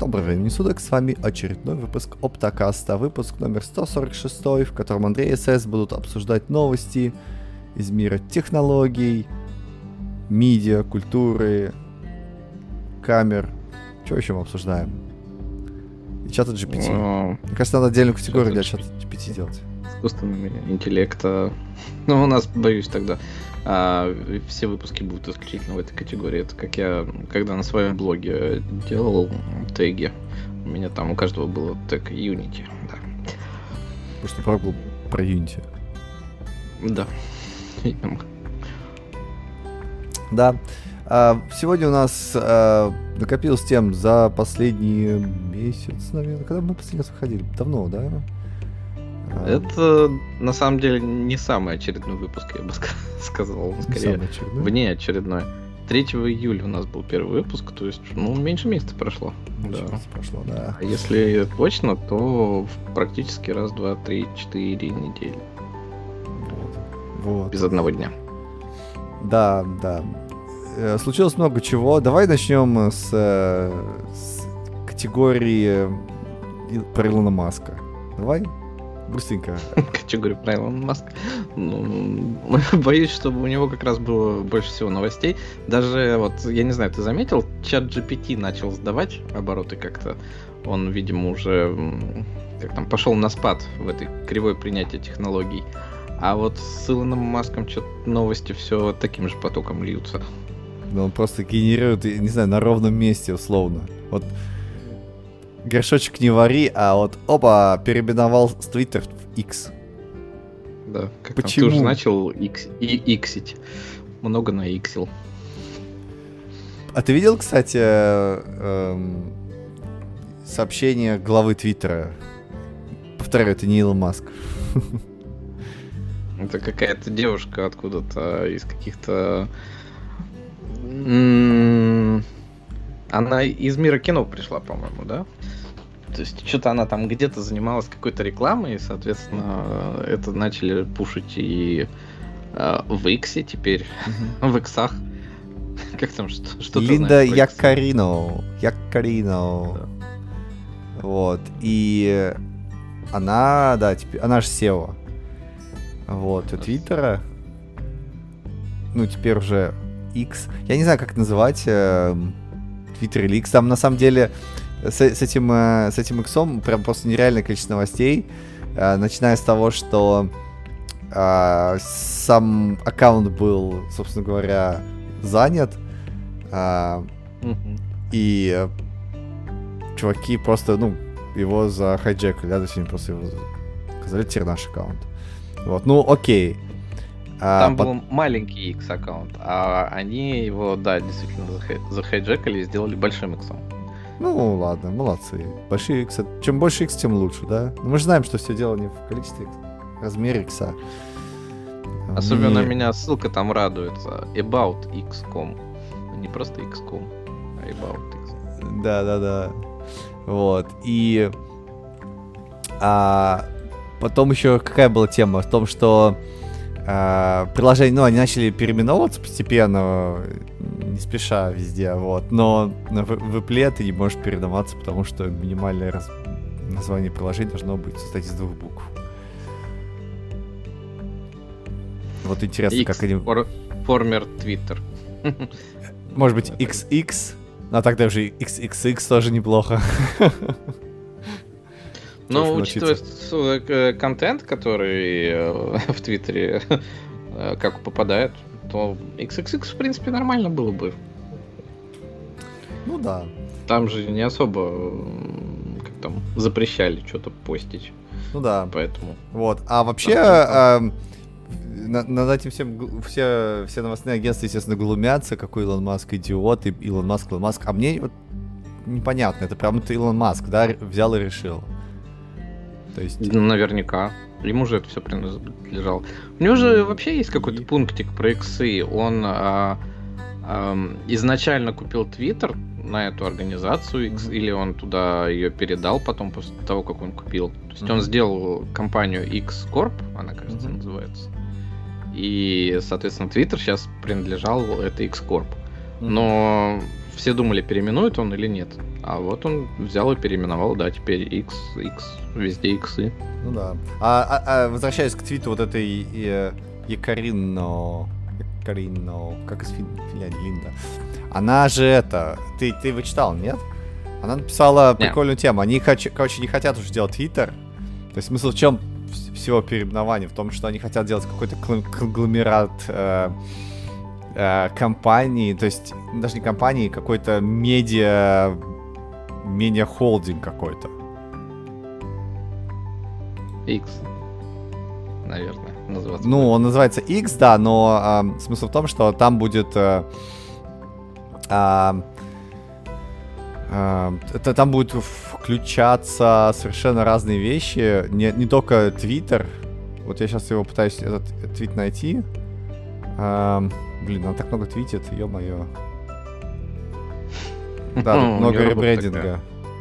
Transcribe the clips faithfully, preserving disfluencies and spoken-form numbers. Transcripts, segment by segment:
Доброго времени суток, с вами очередной выпуск Оптокаста, выпуск номер сто сорок шесть, в котором Андрей и СС будут обсуждать новости из мира технологий, медиа, культуры, камер. Что еще мы обсуждаем? И чата джи пи ти. О, Мне кажется, надо отдельную категорию для чата чата джи пи ти делать. искусственного интеллекта. Ну, у нас, боюсь, тогда а, все выпуски будут исключительно в этой категории. Это как я, когда на своем блоге делал теги, у меня там у каждого было тег Unity. Да. Потому что блог был про Unity. Да. Да. А, сегодня у нас а, накопилось тем за последний месяц, наверное. Когда мы последний раз выходили? Давно, да? А, Это, на самом деле, не самый очередной выпуск, я бы ска- сказал. не Скорее, самый очередной. вне очередной. третьего июля у нас был первый выпуск, то есть, ну, меньше месяца прошло. Меньше Да. месяца прошло, да. А если точно, то практически раз, два, три, четыре недели. Вот. Вот. Без одного дня. Да, да. Э, Случилось много чего. Давай начнем с, э, с категории э, про Илона Маска. Давай? Быстренько. Категорию про Илона Маска. Ну, боюсь, чтобы у него как раз было больше всего новостей. Даже вот, я не знаю, ты заметил, чат джи пи ти начал сдавать обороты как-то. Он, видимо, уже м, как там пошел на спад в этой кривой принятия технологий. А вот с Илоном Маском что-то новости все таким же потоком льются. Да, он просто генерирует, я не знаю, на ровном месте, условно. Вот горшочек не вари, а вот опа, переименовал с Twitter в X. Да, как там, Почему? ты уже начал икс, и, иксить. Много на иксил. А ты видел, кстати, э, эм, сообщение главы Твиттера? Повторяю, это не Илон Маск. Это какая-то девушка откуда-то из каких-то... М, Она из мира кино пришла, по-моему, да? То есть что-то она там где-то занималась какой-то рекламой, и, соответственно, это начали пушить и э, в Иксе теперь, в Иксах. Как там, что, что ты Линда знаешь про Иксы? Якарино. Якарино. Вот. И она, да, теперь, она же сео. Вот, у Твиттера. Ну, теперь уже X. Я не знаю, как это называть. Твиттер или X. Там, на самом деле, с, с этим, э, с этим Иксом прям просто нереальное количество новостей. Э, начиная с того, что э, сам аккаунт был, собственно говоря, занят. Э, Мгм. и э, чуваки просто, ну, его захайджекали, да, то есть они просто его сказали, теперь наш аккаунт. Вот, ну, окей. А, Там пот- был маленький X аккаунт, а они его, да, действительно захай- захайджекали и сделали большим Иксом. Ну, ладно, молодцы. Большие иксы. Чем больше икс, тем лучше, да? Но мы же знаем, что все дело не в количестве икс, в размере икса. Особенно Не- меня ссылка там радует. About X точка com. Не просто X точка com, а About X. Да-да-да. Вот. И а, потом еще какая была тема? В том, что а, приложения, ну, они начали переименовываться постепенно, не спеша везде, вот. Но на в в Apple ты не можешь переименоваться, потому что минимальное раз- название приложения должно быть состоять из двух букв. Вот интересно, X, как они... for- former Twitter. Может быть, икс икс, а тогда уже икс икс икс тоже неплохо. Но Тоже учитывая научиться. с- э, контент, который э, в Твиттере э, как попадает, то икс икс икс в принципе нормально было бы. Ну да. Там же не особо м, как там запрещали что-то постить, Ну да. поэтому. Вот. А вообще, Там, эм, на- над этим всем гл- все, все новостные агентства, естественно, глумятся, какой Илон Маск идиот, и Илон Маск, Илон Маск. А мне вот непонятно, это прям это Илон Маск, да, р- взял и решил. То есть... Ну, наверняка. Ему же это все принадлежало. У него же вообще есть какой-то И- пунктик про иксы. Он а, ам, изначально купил Твиттер на эту организацию X, Мгм. или он туда ее передал потом, после того, как он купил. То есть он Мгм. сделал компанию X Corp, она, кажется, Мгм. называется. И, соответственно, Твиттер сейчас принадлежал этой X Corp. Мгм. Но все думали, переименует он или нет. А вот он взял и переименовал, да, теперь X, X, везде иксы. Ну да. А, а, а возвращаясь к твиту вот этой э, Якарино... Якарино... Как из Фин... Финляндии, Линда. Она же это... Ты, ты его читал, нет? Она написала прикольную тему. Они, короче, не хотят уже делать Твиттер. То есть смысл в чем всего переименования? В том, что они хотят делать какой-то конгломерат э, э, компаний. То есть даже не компании, какой-то медиа... Медиа-холдинг какой-то. X, наверное, называться. Ну, он называется X, да, но э, смысл в том, что там будет... Э, э, э, это, там будут включаться совершенно разные вещи, не, не только Twitter. Вот я сейчас его пытаюсь, этот твит найти. Э, блин, он так много твитит, ё-моё. Да, тут много ребрендинга.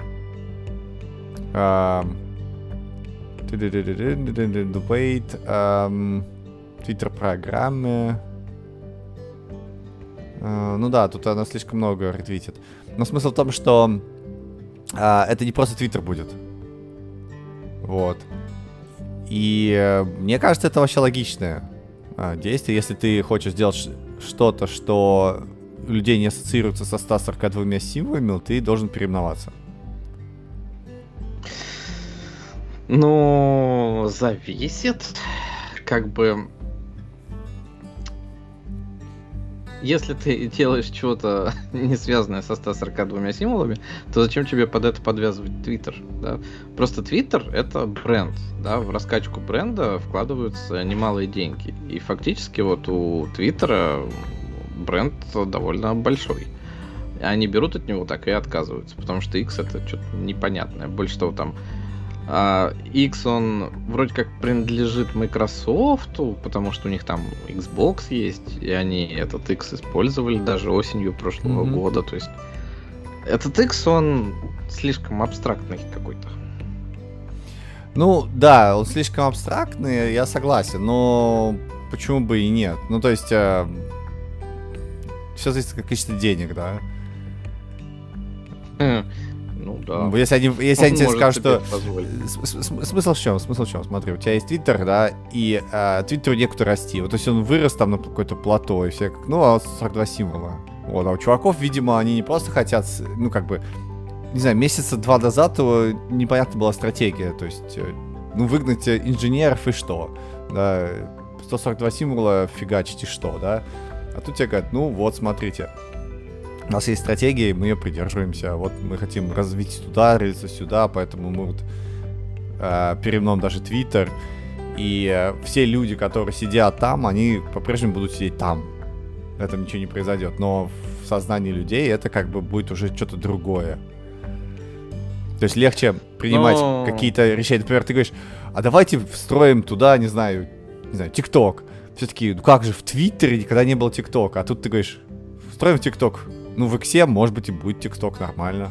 Debate, твиттер-программы. Ну да, тут она слишком много ретвитит. Но смысл в том, что uh, это не просто Твиттер будет. Вот. И uh, мне кажется, это вообще логичное uh, действие. Если ты хочешь сделать ш- что-то, что у людей не ассоциируется со ста сорока двумя символами, ты должен переименоваться. Ну, зависит. Как бы... Если ты делаешь что-то не связанное со ста сорока двумя символами, то зачем тебе под это подвязывать Twitter? Да? Просто Twitter — это бренд. Да? В раскачку бренда вкладываются немалые деньги. И фактически вот у Twitter бренд довольно большой. Они берут от него так и отказываются, потому что X — это что-то непонятное. Больше того, там Uh, X, он вроде как принадлежит Microsoft, потому что у них там Xbox есть, и они этот X использовали даже осенью прошлого mm-hmm. года. То есть этот X, он слишком абстрактный какой-то. Ну, да, он слишком абстрактный, я согласен, но почему бы и нет? Ну, то есть, э, все зависит от количества денег, да? Mm. Ну да. Если они, если они тебе скажут, что... Смысл в чем? Смысл в чем? Смотри, у тебя есть Твиттер, да, и э, Твиттеру некуда расти. Вот, то есть он вырос там на какое-то плато, и все как, ну, а вот сорок два символа. Вот, а у чуваков, видимо, они не просто хотят, ну, как бы, не знаю, месяца два назад непонятна была стратегия. То есть, ну, выгнать инженеров и что? Да, сто сорок два символа фигачить и что, да? А тут тебе говорят, ну, вот, смотрите. У нас есть стратегия, мы ее придерживаемся. Вот мы хотим развить туда, реализовать сюда, поэтому мы вот э, переименуем даже Twitter. И э, все люди, которые сидят там, они по-прежнему будут сидеть там. Это ничего не произойдет. Но в сознании людей это как бы будет уже что-то другое. То есть легче принимать Но... какие-то решения. Например, ты говоришь, а давайте встроим туда, не знаю, не знаю, ТикТок. Все-таки, ну как же, в Твиттере никогда не было ТикТока. А тут ты говоришь, встроим ТикТок. Ну, в Иксе, может быть, и будет ТикТок нормально.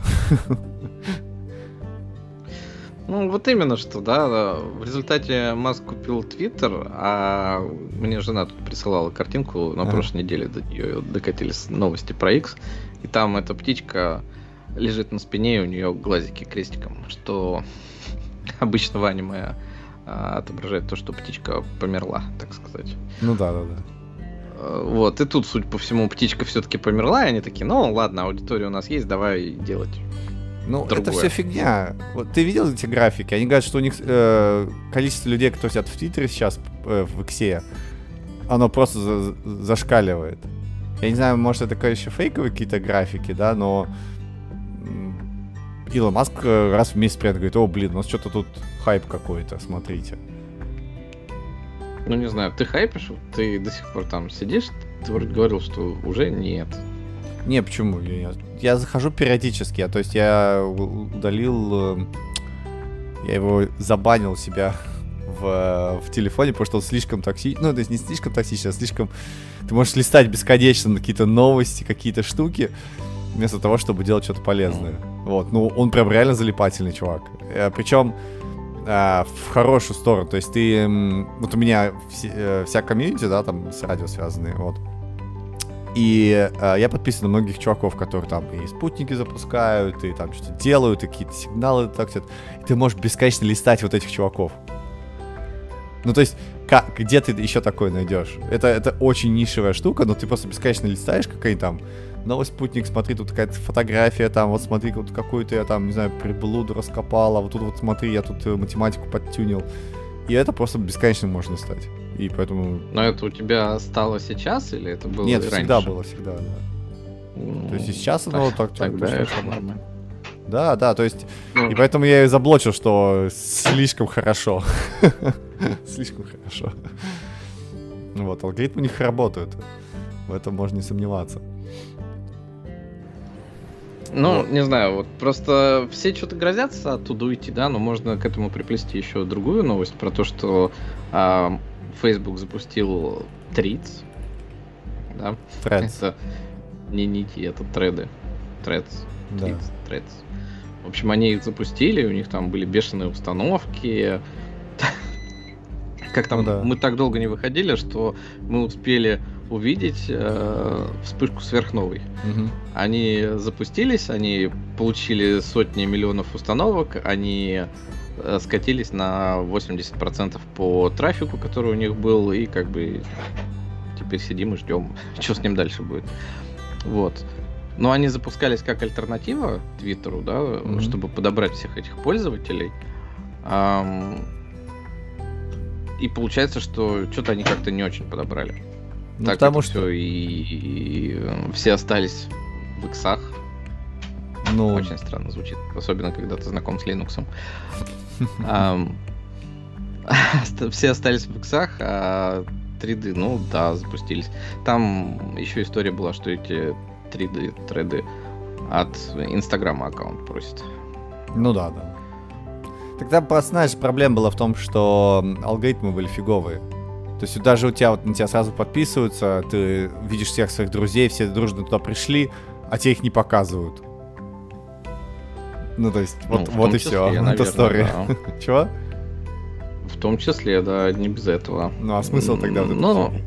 Ну, вот именно что, да. В результате Маск купил Твиттер, а мне жена тут присылала картинку, на прошлой неделе до нее докатились новости про X, и там эта птичка лежит на спине, и у нее глазики крестиком, что обычно в аниме отображает то, что птичка померла, так сказать. Ну да, да, да. Вот, и тут, судя по всему, птичка все-таки померла, и они такие, ну ладно, аудитория у нас есть, давай делать. Ну, другое. Это все фигня. Вот ты видел эти графики? Они говорят, что у них э, количество людей, которые сидят в Твиттере сейчас, э, в Иксе, оно просто за- зашкаливает. Я не знаю, может, это, конечно, фейковые какие-то графики, да, но Илон Маск раз в месяц приятно говорит, о, блин, у нас что-то тут хайп какой-то, смотрите. Ну, не знаю, ты хайпишь? Ты до сих пор там сидишь? Ты вроде говорил, что уже нет. Не, почему? Я, я захожу периодически, а то есть я удалил, я его забанил себя в, в телефоне, потому что он слишком токсичный, ну, то есть не слишком токсичный, а слишком... Ты можешь листать бесконечно на какие-то новости, какие-то штуки, вместо того, чтобы делать что-то полезное. Вот, ну, он прям реально залипательный чувак. Причем Uh, в хорошую сторону, то есть ты, вот у меня вся, вся комьюнити, да, там с радио связанные, вот, И э, я подписан на многих чуваков, которые там и спутники запускают, и там что-то делают, и какие-то сигналы так вот. И ты можешь бесконечно листать вот этих чуваков. Ну, то есть, как, где ты еще такое найдешь? Это, это очень нишевая штука, но ты просто бесконечно листаешь, какая там новый спутник, смотри, тут какая-то фотография, там, вот смотри, вот какую-то я там, не знаю, приблуду раскопал, а вот тут вот смотри, я тут математику подтюнил. И это просто бесконечно можно листать. И поэтому... Но это у тебя стало сейчас или это было Нет, раньше? всегда было, всегда, да. Ну, то есть и сейчас оно так... Тогда так, это нормально. Да, да, то есть... Ну. И поэтому я и заблочил, что слишком хорошо. Слишком хорошо. Вот, алгоритмы у них работают. В этом можно не сомневаться. Ну, Вот. не знаю, вот просто все что-то грозятся оттуда уйти, да, но можно к этому приплести еще другую новость про то, что а, Facebook запустил Threads, да? Threads. Это не нити, это треды. Threads. Да. Threads. Threads. В общем, они их запустили, у них там были бешеные установки. Как там, Ну да. мы так долго не выходили, что мы успели увидеть э, вспышку сверхновой. Мгм. Они запустились, они получили сотни миллионов установок, они э, скатились на восемьдесят процентов по трафику, который у них был, и как бы теперь сидим и ждем, что с ним дальше будет. Вот. Но они запускались как альтернатива Твиттеру, да, Мгм. чтобы подобрать всех этих пользователей. Ам, И получается, что что-то они как-то не очень подобрали. Ну, Так потому это что... всё, и, и, э, все остались в иксах. Ну, Очень странно звучит, особенно когда ты знаком с Linux. Ам, Все остались в иксах, а три дэ, ну да, запустились. Там еще история была, что эти три дэ треды от Инстаграма аккаунт просят. ну да, да. Тогда, просто, знаешь, проблема была в том, что алгоритмы были фиговые. То есть даже у тебя вот на тебя сразу подписываются, ты видишь всех своих друзей, все дружно туда пришли, а тебе их не показывают. Ну, то есть, вот, Ну, в вот том и числе, все. Это наверное, история. да. Чего? В том числе, да, не без этого. Ну, а смысл тогда вот это Ну, всё?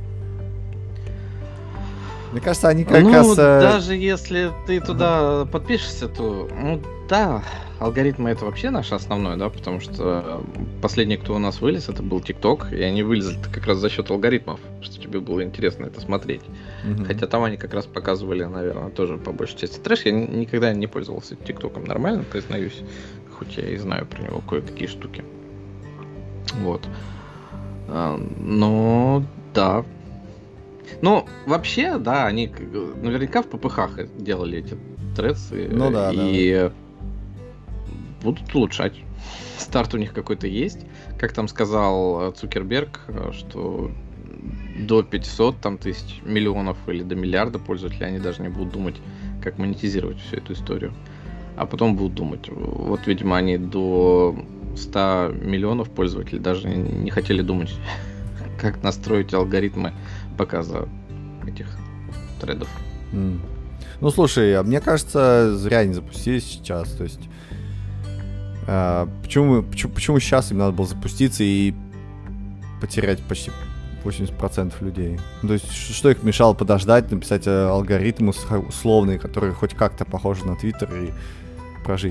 Мне кажется, они как ну, раз... э, даже если ты туда подпишешься, то, ну, да, алгоритмы это вообще наше основное, да, потому что последний, кто у нас вылез, это был ТикТок, и они вылезли как раз за счет алгоритмов, что тебе было интересно это смотреть. мгм. Хотя там они как раз показывали, наверное, тоже по большей части трэш. Я ни- никогда не пользовался ТикТоком нормально, признаюсь, хоть я и знаю про него кое-какие штуки. Вот. А, Но, да. Ну, вообще, да, они к- наверняка в ППХ делали эти тредсы. Ну да, и будут улучшать. Старт у них какой-то есть. Как там сказал Цукерберг, э, что до пятисот там, тысяч, миллионов или до миллиарда пользователей они даже не будут думать, как монетизировать всю эту историю. А потом будут думать. Вот, видимо, они до ста миллионов пользователей даже не не хотели думать, как настроить алгоритмы показа этих тредов. М. Ну, слушай, а мне кажется, зря они запустились сейчас. То есть, а, почему, мы- почему, почему сейчас им надо было запуститься и потерять почти восемьдесят процентов людей? Ну, то есть, ш- что их мешало подождать, написать э, алгоритмы с- условные, которые хоть как-то похожи на Твиттер, и прожить?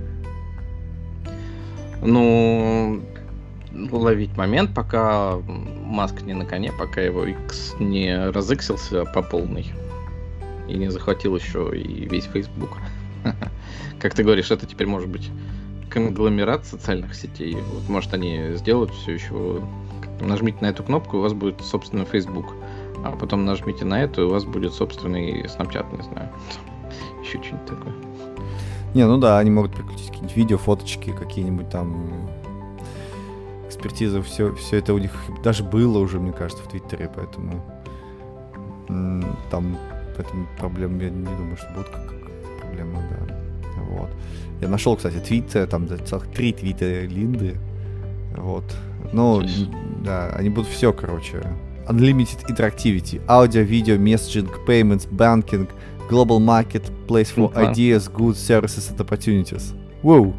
Ну, ловить момент, пока Маск не на коне, пока его X не разыксился по полной и не захватил еще и весь Facebook. Как ты говоришь, это теперь может быть конгломерат социальных сетей. Вот, может, они сделают все еще. Нажмите на эту кнопку, и у вас будет собственный Facebook. А потом нажмите на эту, и у вас будет собственный Snapchat, не знаю. Еще что-нибудь такое. Не, ну да, они могут прикрутить какие-нибудь видео, фоточки, какие-нибудь там экспертизы, все, все это у них даже было уже, мне кажется, в Твиттере, поэтому м, там поэтому проблем, я не думаю, что будут как, как проблемы, да. Вот. Я нашел, кстати, твит, там да, целых три твита Линды. Вот. Ну, н- да, они будут все, короче. Unlimited Interactivity, Audio, Video, Messaging, Payments, Banking, Global Marketplace for Ага. Ideas, Goods, Services and Opportunities. Воу.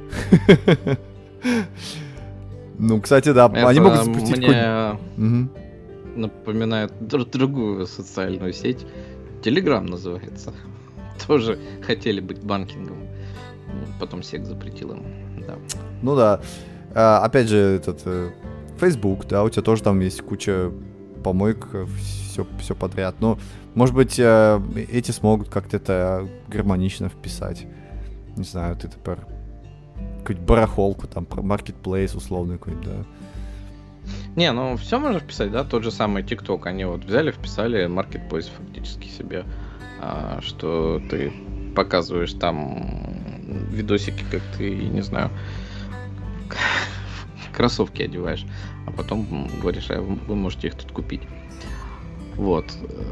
Ну, кстати, да, они Это могут запустить какой-нибудь... мне Мгм. напоминает дру- другую социальную сеть, Телеграм называется. Тоже хотели быть банкингом. Потом сек запретил им. Да. Ну да. А, опять же, этот э, Facebook, да, у тебя тоже там есть куча помоек, все, все подряд. Но, может быть, э, эти смогут как-то это гармонично вписать. Не знаю, ты теперь какую-нибудь барахолку, там, маркетплейс условный какой-нибудь, да. Не, ну все можно вписать, да, тот же самый TikTok, они вот взяли, вписали marketplace фактически себе, а, что ты показываешь там видосики, как ты, не знаю, кроссовки одеваешь, а потом говоришь, а вы можете их тут купить. Вот.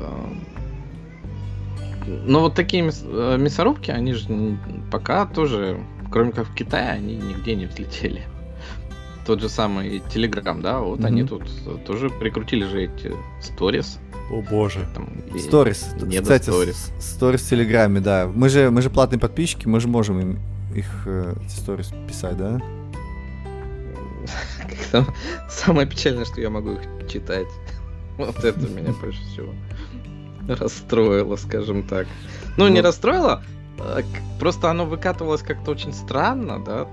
Но вот такие мясорубки, они же пока тоже, кроме как в Китае, они нигде не взлетели. Тот же самый Telegram, да, вот mm-hmm. они тут тоже прикрутили же эти сторис. О боже. Сторис. Кстати, сторис в Телеграме, да. Мы же, мы же платные подписчики, мы же можем им их эти сторис писать, да? Самое печальное, что я могу их читать. Вот это меня больше всего расстроило, скажем так. Ну, не расстроило, просто оно выкатывалось как-то очень странно, да.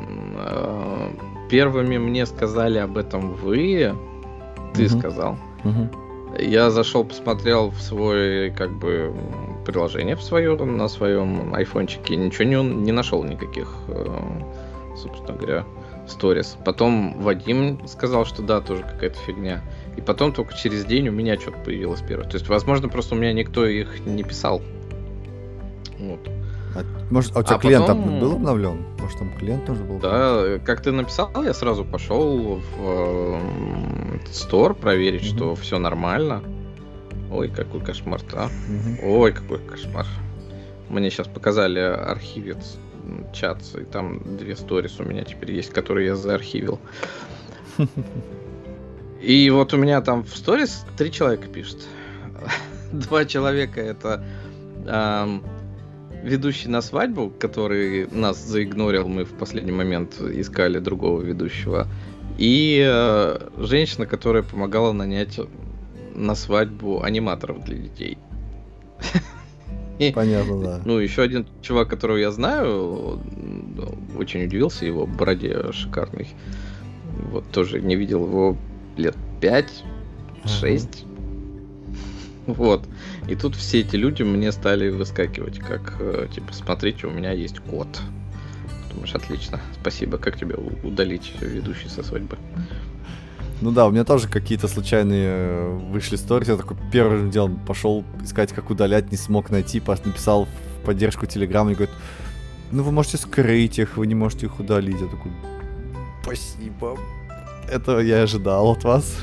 Первыми мне сказали об этом вы, ты uh-huh. сказал. Uh-huh. Я зашел, посмотрел в свой, как бы, приложение в свое, на своем айфончике, ничего не, не нашел никаких, собственно говоря, сторис. Потом Вадим сказал, что да, тоже какая-то фигня. И потом только через день у меня что-то появилось первое. То есть, возможно, просто у меня никто их не писал. Вот. А, может, а у тебя а клиент потом... был обновлен? Может, там клиент тоже был? Да, как ты написал, я сразу пошел в э, стор проверить, mm-hmm. что все нормально. Ой, какой кошмар-то, а? Mm-hmm. Ой, какой кошмар. Мне сейчас показали архивец чат, и там две сторис у меня теперь есть, которые я заархивил. И вот у меня там в сторис три человека пишет. Два человека это... Эм, ведущий на свадьбу, который нас заигнорил, мы в последний момент искали другого ведущего, и э, женщина, которая помогала нанять на свадьбу аниматоров для детей. Понятно, да. Ну, еще один чувак, которого я знаю, очень удивился его бороде шикарной. Вот тоже не видел его лет пять-шесть. Вот. И тут все эти люди мне стали выскакивать, как, типа, смотрите, у меня есть кот. Думаешь, отлично, спасибо. Как тебе удалить ведущий со свадьбы? Ну да, у меня тоже какие-то случайные вышли сторис. Я такой первым делом пошел искать, как удалять, не смог найти. Написал в поддержку Телеграма и говорит, ну вы можете скрыть их, вы не можете их удалить. Я такой, спасибо. Этого я ожидал от вас.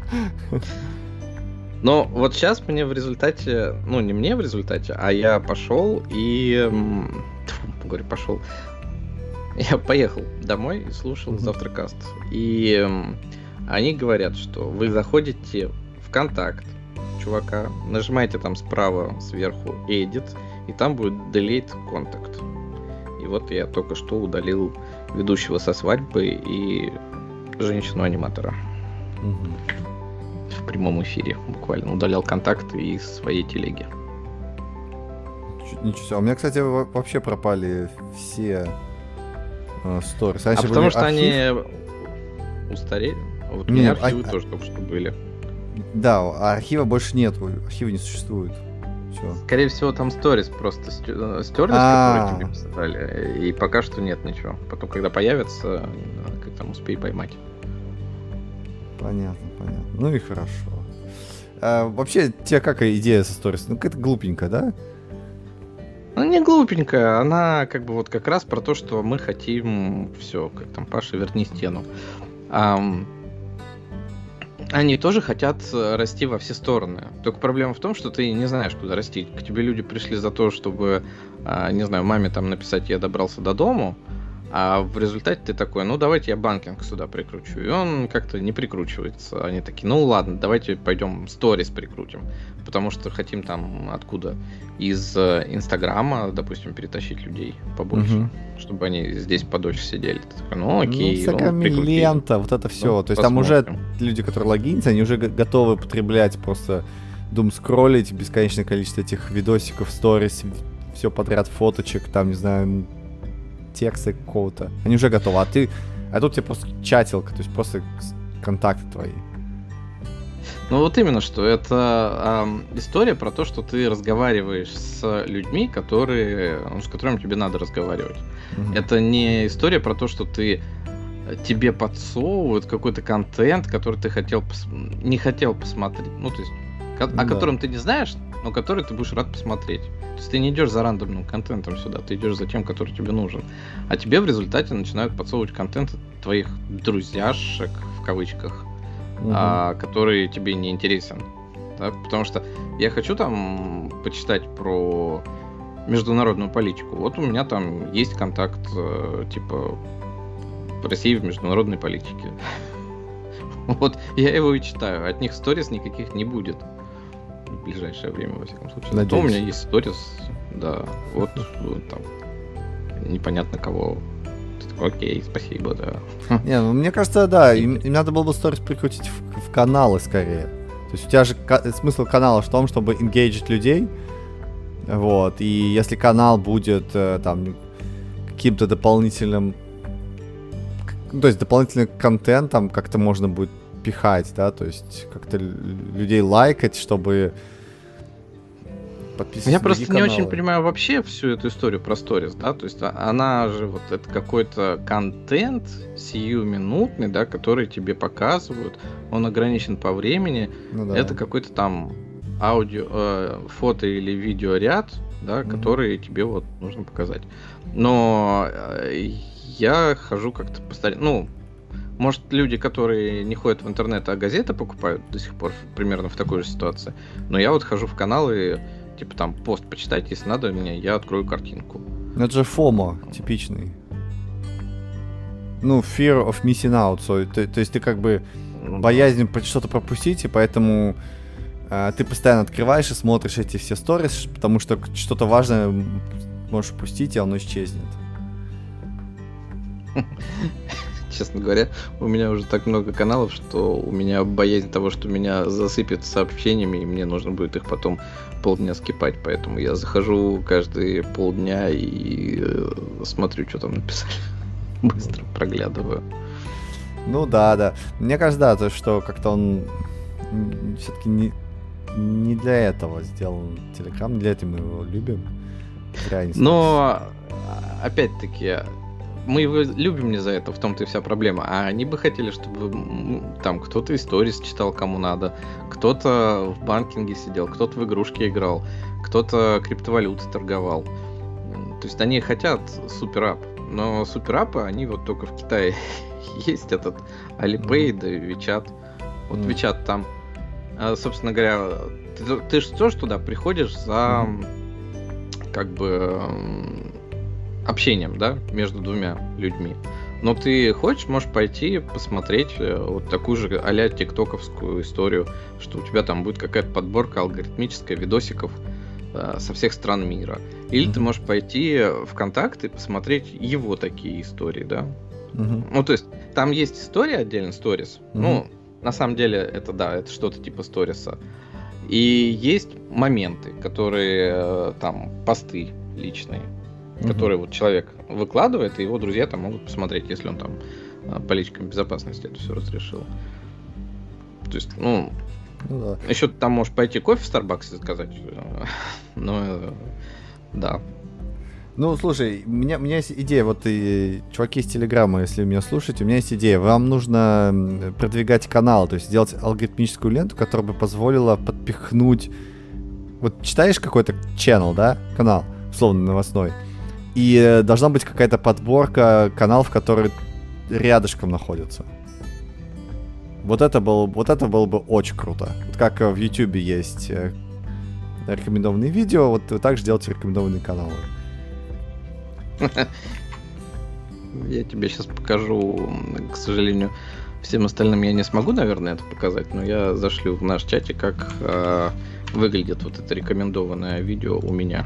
Но вот сейчас мне в результате, ну не мне в результате, а я пошел и, тьфу, говорю, пошел, я поехал домой и слушал mm-hmm. Завтракаст. И они говорят, что вы заходите в контакт чувака, нажимаете там справа сверху Edit, и там будет Delete Contact. И вот я только что удалил ведущего со свадьбы и женщину-аниматора. Mm-hmm. В прямом эфире буквально удалял контакты из своей телеги. Ничего себе. А у меня, кстати, вообще пропали все э, сторис. А потому что архив... они устарели? Вот у меня архивы а... тоже только что были. Да, а архива больше нет, архива не существует. Все. Скорее всего, там сторис просто стерлись, которые тебе писали, и пока что нет ничего. Потом, когда появится, как там успей поймать. Понятно, понятно. Ну и хорошо. А, вообще, тебе какая идея со сторис? Ну, какая-то глупенькая, да? Ну, не глупенькая. Она как бы вот как раз про то, что мы хотим все, как там, Паша, верни стену. А, они тоже хотят расти во все стороны. Только проблема в том, что ты не знаешь, куда расти. К тебе люди пришли за то, чтобы, не знаю, маме там написать, я добрался до дому. А в результате ты такой, ну давайте я банкинг сюда прикручу. И он как-то не прикручивается. Они такие, ну ладно, давайте пойдем сторис прикрутим. Потому что хотим там откуда? Из Инстаграма, допустим, перетащить людей побольше. Угу. Чтобы они здесь подольше сидели. Ты такой, ну окей. Инстаграм, ну, лента, вот это все. Ну, то есть посмотрим. Там уже люди, которые логинятся, они уже готовы потреблять просто думскроллить бесконечное количество этих видосиков, сторис, все подряд, фоточек, там, не знаю, текста какого-то. Они уже готовы, а ты... А тут тебе просто чатилка, то есть просто контакты твои. Ну вот именно что, это э, история про то, что ты разговариваешь с людьми, которые, ну, с которыми тебе надо разговаривать. Mm-hmm. Это не история про то, что ты тебе подсовывают какой-то контент, который ты хотел пос... не хотел посмотреть. Ну, то есть, ко- mm-hmm. о котором ты не знаешь, но который ты будешь рад посмотреть. То есть ты не идешь за рандомным контентом сюда, ты идешь за тем, который тебе нужен. А тебе в результате начинают подсовывать контент твоих друзьяшек, в кавычках, угу. а, который тебе не интересен. Да? Потому что я хочу там почитать про международную политику. Вот у меня там есть контакт, типа, России в международной политике. Вот я его и читаю. От них сторис никаких не будет. В ближайшее время, во всяком случае. Надеюсь. Зато у меня есть сторис, да, вот, вот там, непонятно кого. Окей, спасибо, да. Не, ну мне кажется, да, им, им надо было бы сторис прикрутить в, в каналы скорее. То есть у тебя же ка- смысл канала в том, чтобы engagить людей, вот, и если канал будет э, там каким-то дополнительным, ну, то есть дополнительным контентом как-то можно будет пихать, да, то есть как-то людей лайкать, чтобы подписываться. Я просто каналы. Не очень понимаю вообще всю эту историю про сторис, да, то есть она же вот это какой-то контент сиюминутный, да, который тебе показывают, он ограничен по времени, ну, да. Это какой-то там аудио, э, фото или видеоряд, да, mm-hmm. который тебе вот нужно показать. Но э, я хожу как-то постоянно, ну, может, люди, которые не ходят в интернет, а газеты покупают до сих пор примерно в такой же ситуации. Но я вот хожу в канал и, типа, там, пост почитать, если надо мне, я открою картинку. Ну, это же фомо типичный. Ну, fear of missing out. So, то, то есть ты как бы боязнь что-то пропустить, и поэтому э, ты постоянно открываешь и смотришь эти все сторис, потому что что-то важное можешь упустить, и оно исчезнет. Честно говоря, у меня уже так много каналов, что у меня боязнь того, что меня засыпят сообщениями, и мне нужно будет их потом полдня скипать. Поэтому я захожу каждые полдня и э, смотрю, что там написали. Быстро проглядываю. Ну да, да. Мне кажется, да, то, что как-то он все-таки не, не для этого сделан Telegram, не для этого мы его любим. Но, опять-таки, мы его любим не за это, в том-то и вся проблема. А они бы хотели, чтобы там кто-то историс читал, кому надо, кто-то в банкинге сидел, кто-то в игрушки играл, кто-то криптовалюты торговал. То есть они хотят суперап, но суперапы, они вот только в Китае есть этот Alipay, да, WeChat. Вот mm. WeChat там, собственно говоря, ты, ты же тоже туда приходишь за mm. как бы общением, да, между двумя людьми. Но ты хочешь, можешь пойти посмотреть вот такую же а-ля тиктоковскую историю, что у тебя там будет какая-то подборка алгоритмическая видосиков э, со всех стран мира. Или mm-hmm. ты можешь пойти в ВКонтакте и посмотреть его такие истории, да. Mm-hmm. Ну, то есть, там есть история отдельно, сторис. Mm-hmm. Ну, на самом деле, это да, это что-то типа сториса. И есть моменты, которые э, там, посты личные, mm-hmm. которые вот человек выкладывает, и его друзья там могут посмотреть, если он там политикам безопасности это все разрешил. То есть, ну, ну да. Еще ты там можешь пойти кофе в Старбаксе заказать, но да. Ну, слушай, у меня, у меня есть идея, вот и чуваки из Телеграма, если меня слушаете, у меня есть идея. Вам нужно продвигать канал, то есть сделать алгоритмическую ленту, которая бы позволила подпихнуть... Вот читаешь какой-то channel, да, канал, условно новостной, и э, должна быть какая-то подборка каналов, которые рядышком находятся. Вот это, был, вот это было бы очень круто. Вот как в YouTube есть э, рекомендованные видео, вот вы также делаете рекомендованные каналы. Я тебе сейчас покажу, к сожалению, всем остальным я не смогу, наверное, это показать, но я зашлю в наш чате, как э, выглядит вот это рекомендованное видео у меня.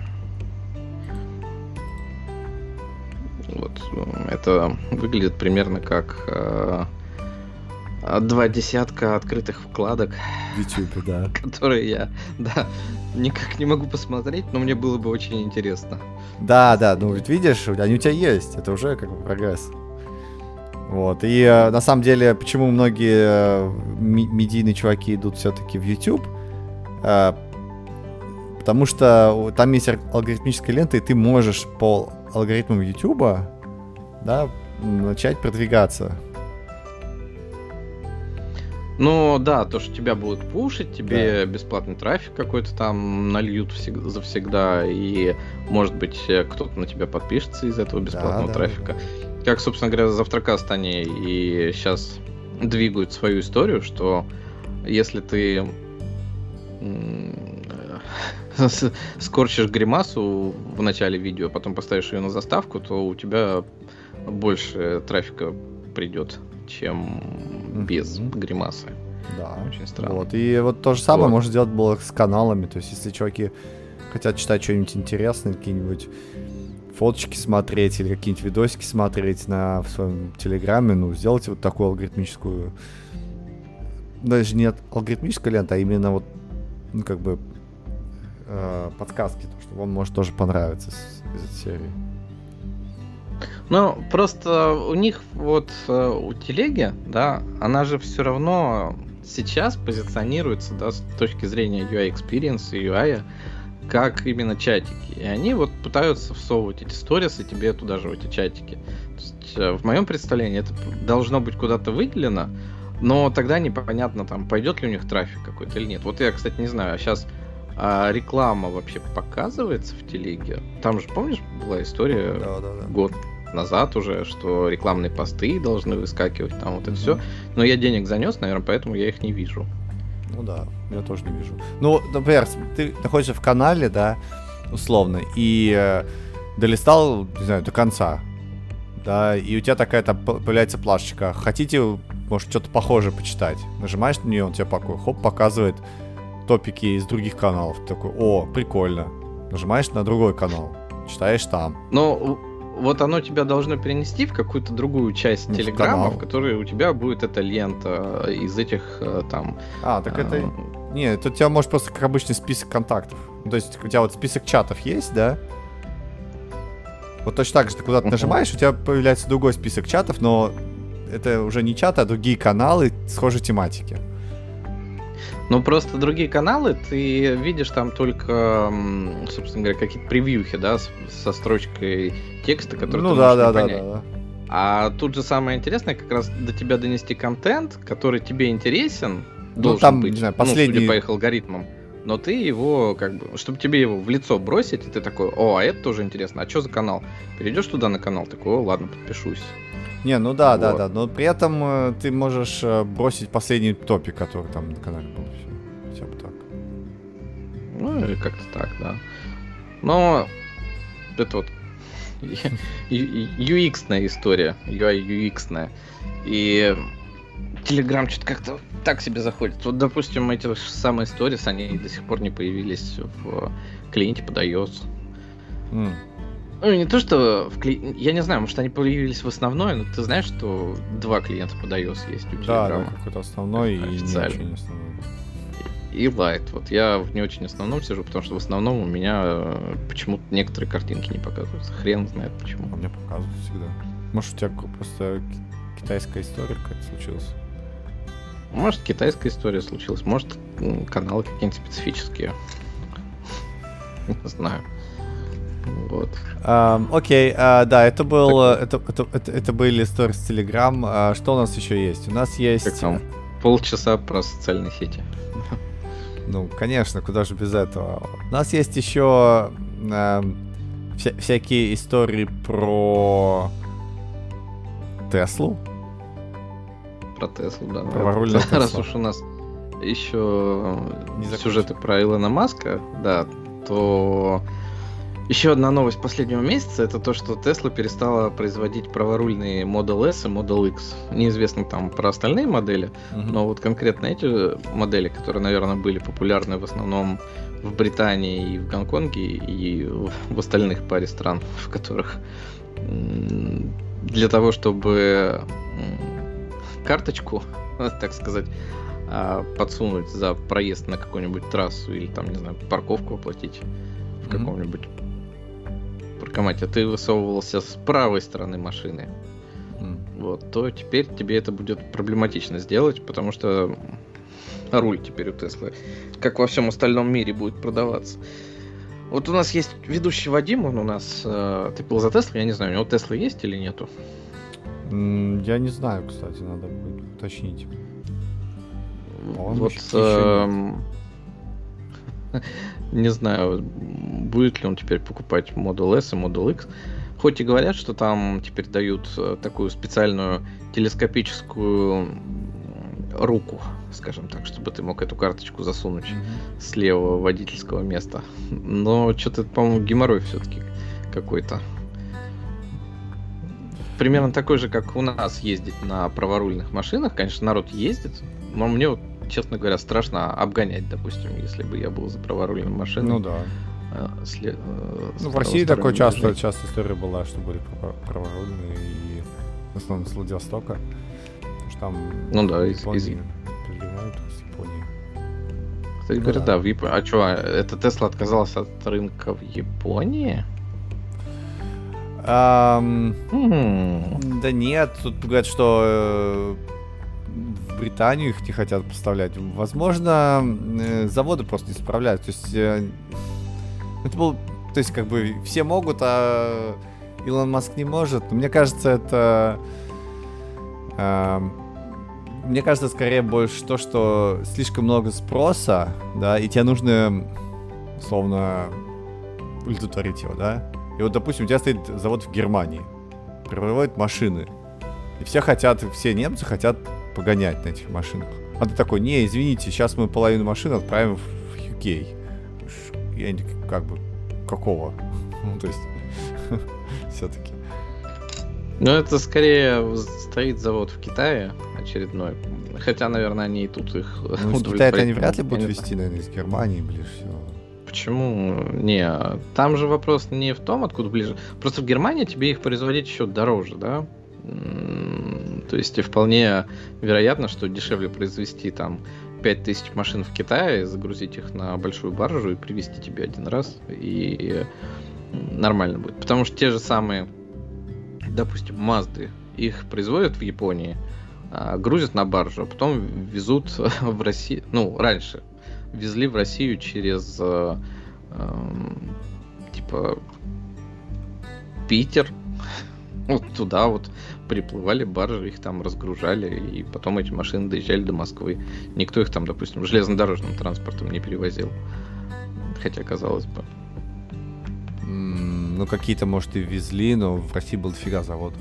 Вот, это выглядит примерно как э, два десятка открытых вкладок. В YouTube, да. Которые я, да, никак не могу посмотреть, но мне было бы очень интересно. Да, да, ну ведь видишь, они у тебя есть, это уже как бы прогресс. Вот, и э, на самом деле, почему многие э, медийные чуваки идут все-таки в YouTube, э, потому что там есть алгоритмическая лента, и ты можешь по алгоритмам YouTube, да, начать продвигаться. Ну да, то, что тебя будут пушить, тебе Да. бесплатный трафик какой-то там нальют всег- завсегда, и, может быть, кто-то на тебя подпишется из этого бесплатного Да, да, трафика. Как, собственно говоря, завтракаст они и сейчас двигают свою историю, что если ты м, с- скорчишь гримасу в начале видео, потом поставишь ее на заставку, то у тебя больше трафика придет, чем без Мгм. гримасы. Да. Очень странно. Вот. И вот то же самое Вот. можно сделать было с каналами. То есть, если чуваки хотят читать что-нибудь интересное, какие-нибудь фоточки смотреть или какие-нибудь видосики смотреть на, в своем телеграме, ну, сделайте вот такую алгоритмическую... Даже не алгоритмическая лента, а именно вот, ну, как бы э, подсказки, то, что вам может тоже понравиться с- из этой серии. Ну, просто у них вот э, у телеги, да, она же все равно сейчас позиционируется, да, с точки зрения ю ай experience и ю ай, как именно чатики. И они вот пытаются всовывать эти сторисы тебе туда же, в эти чатики. То есть, э, в моем представлении это должно быть куда-то выделено, но тогда непонятно, там, пойдет ли у них трафик какой-то или нет. Вот я, кстати, не знаю, а сейчас а, реклама вообще показывается в телеге? Там же, помнишь, была история Да, да, да. год назад уже, что рекламные посты должны выскакивать, там вот это Мгм. все. Но я денег занес, наверное, поэтому я их не вижу. Ну да, я тоже не вижу. Ну, например, ты находишься в канале, да, условно, и э, долистал, не знаю, до конца, да, и у тебя такая там п- появляется плашечка. Хотите, может, что-то похожее почитать? Нажимаешь на нее, он тебе такой, хоп, показывает топики из других каналов. Ты такой, о, прикольно. Нажимаешь на другой канал, читаешь там. Но вот оно тебя должно перенести в какую-то другую часть Ну, в телеграма, канал. в которой у тебя будет эта лента из этих э, там... А, так это... э, Не, это у тебя может просто как обычный список контактов. Ну, то есть у тебя вот список чатов есть, да? Вот точно так же ты куда-то Мгм. нажимаешь, у тебя появляется другой список чатов, но это уже не чаты, а другие каналы схожей тематики. Ну, просто другие каналы, ты видишь там только, м, собственно говоря, какие-то превьюхи, да, с- со строчкой текста, который Ну ты да, можешь да, не да, понять. да, да. А тут же самое интересное, как раз до тебя донести контент, который тебе интересен, Ну, должен там, быть, не знаю, ну, последний- судя по их алгоритмам. Но ты его, как бы, чтобы тебе его в лицо бросить, и ты такой, о, а это тоже интересно, а что за канал? Перейдешь туда на канал, такой, о, ладно, подпишусь. Не, ну да, да, Вот. да. Но при этом э, ты можешь э, бросить последний топик, который там на канале был. Всё. Хотя бы так. Ну, или как-то так, да. Но это вот ю экс-ная история, ю ай ю экс-ная. И Telegram что-то как-то так себе заходит. Вот, допустим, эти же самые сторис, они до сих пор не появились в клиенте под iOS. М. Ну, не то, что в кли... Я не знаю, может, они появились в основной, но ты знаешь, что два клиента под iOS есть у Да, да, Telegram. какой-то основной и не Официальный. очень основной. И Light. Вот я в не очень основном сижу, потому что в основном у меня э, почему-то некоторые картинки не показываются. Хрен знает почему. А мне показывают всегда. Может, у тебя ко- просто ки- китайская история какая-то случилась? Может, китайская история случилась, может, м, каналы какие-нибудь специфические. Не знаю. Вот. Ам, окей, а, да, это был, э, это, это, это, это были истории с Telegram. А, что у нас еще есть? У нас Как есть, там? Полчаса про социальные сети. ну, конечно, куда же без этого. У нас есть еще ам, вся- всякие истории про Теслу. Про Теслу, да. Праворульная Вот, Раз Тесла. уж у нас еще Не закончили. сюжеты про Илона Маска, да, то еще одна новость последнего месяца — это то, что Tesla перестала производить праворульные Model S и Model X. Неизвестно там про остальные модели, Мгм. но вот конкретно эти модели, которые, наверное, были популярны в основном в Британии и в Гонконге, и в в остальных паре стран, в которых м, для того, чтобы м, карточку так сказать, подсунуть за проезд на какую-нибудь трассу или там, не знаю, парковку оплатить в каком-нибудь mm-hmm. паркомате, а ты высовывался с правой стороны машины, mm. вот, то теперь тебе это будет проблематично сделать, потому что руль теперь у Теслы, как во всем остальном мире, будет продаваться. Вот у нас есть ведущий Вадим, он у нас... Э, ты был за Теслу? Я не знаю, у него Тесла есть или нету? Mm, я не знаю, кстати, надо будет уточнить. Вот... Э, не знаю, будет ли он теперь покупать Model S и Model X. Хоть и говорят, что там теперь дают такую специальную телескопическую руку, скажем так, чтобы ты мог эту карточку засунуть mm-hmm. с левого водительского места. Но что-то, по-моему, геморрой все-таки какой-то. Примерно такой же, как у нас ездить на праворульных машинах. Конечно, народ ездит, но мне, вот, честно говоря, страшно обгонять, допустим, если бы я был за праворульной машиной. Ну да. След... Ну, в России такое часто, часто история была, что были праворульные и в основном с Владивостока. Там ну да, из, из... из Японии. Кстати говоря, да, да в Японии. А что, эта Тесла отказалась от рынка в Японии? Um, mm. Да нет, тут говорят, что э, в Британию их не хотят поставлять. Возможно, э, заводы просто не справляются. То есть, э, это был, то есть, как бы все могут, а Илон Маск не может. Но мне кажется, это... Э, Мне кажется, скорее больше то, что слишком много спроса, да, и тебе нужно, условно, удовлетворить его, да. И вот, допустим, у тебя стоит завод в Германии, производит машины, и все хотят, все немцы хотят погонять на этих машинах. А ты такой, не, извините, сейчас мы половину машин отправим в ю кей. Я не, как бы, какого? Ну, то есть, все-таки. Ну, это скорее стоит завод в Китае очередной. Хотя, наверное, они и тут их ну, удовлетворят. В Китае они вряд ли будут везти, наверное, из Германии ближе всего. Почему? Не, там же вопрос не в том, откуда ближе. Просто в Германии тебе их производить еще дороже, да? То есть вполне вероятно, что дешевле произвести там пять тысяч машин в Китае, загрузить их на большую баржу и привезти тебе один раз, и нормально будет. Потому что те же самые, допустим, Мазды, их производят в Японии, грузят на баржу, а потом везут в Россию, ну, раньше везли в Россию через э, э, типа Питер, вот туда вот приплывали баржи, их там разгружали, и потом эти машины доезжали до Москвы. Никто их там, допустим, железнодорожным транспортом не перевозил. Хотя, казалось бы. Mm, ну, какие-то, может, и везли, но в России был дофига заводов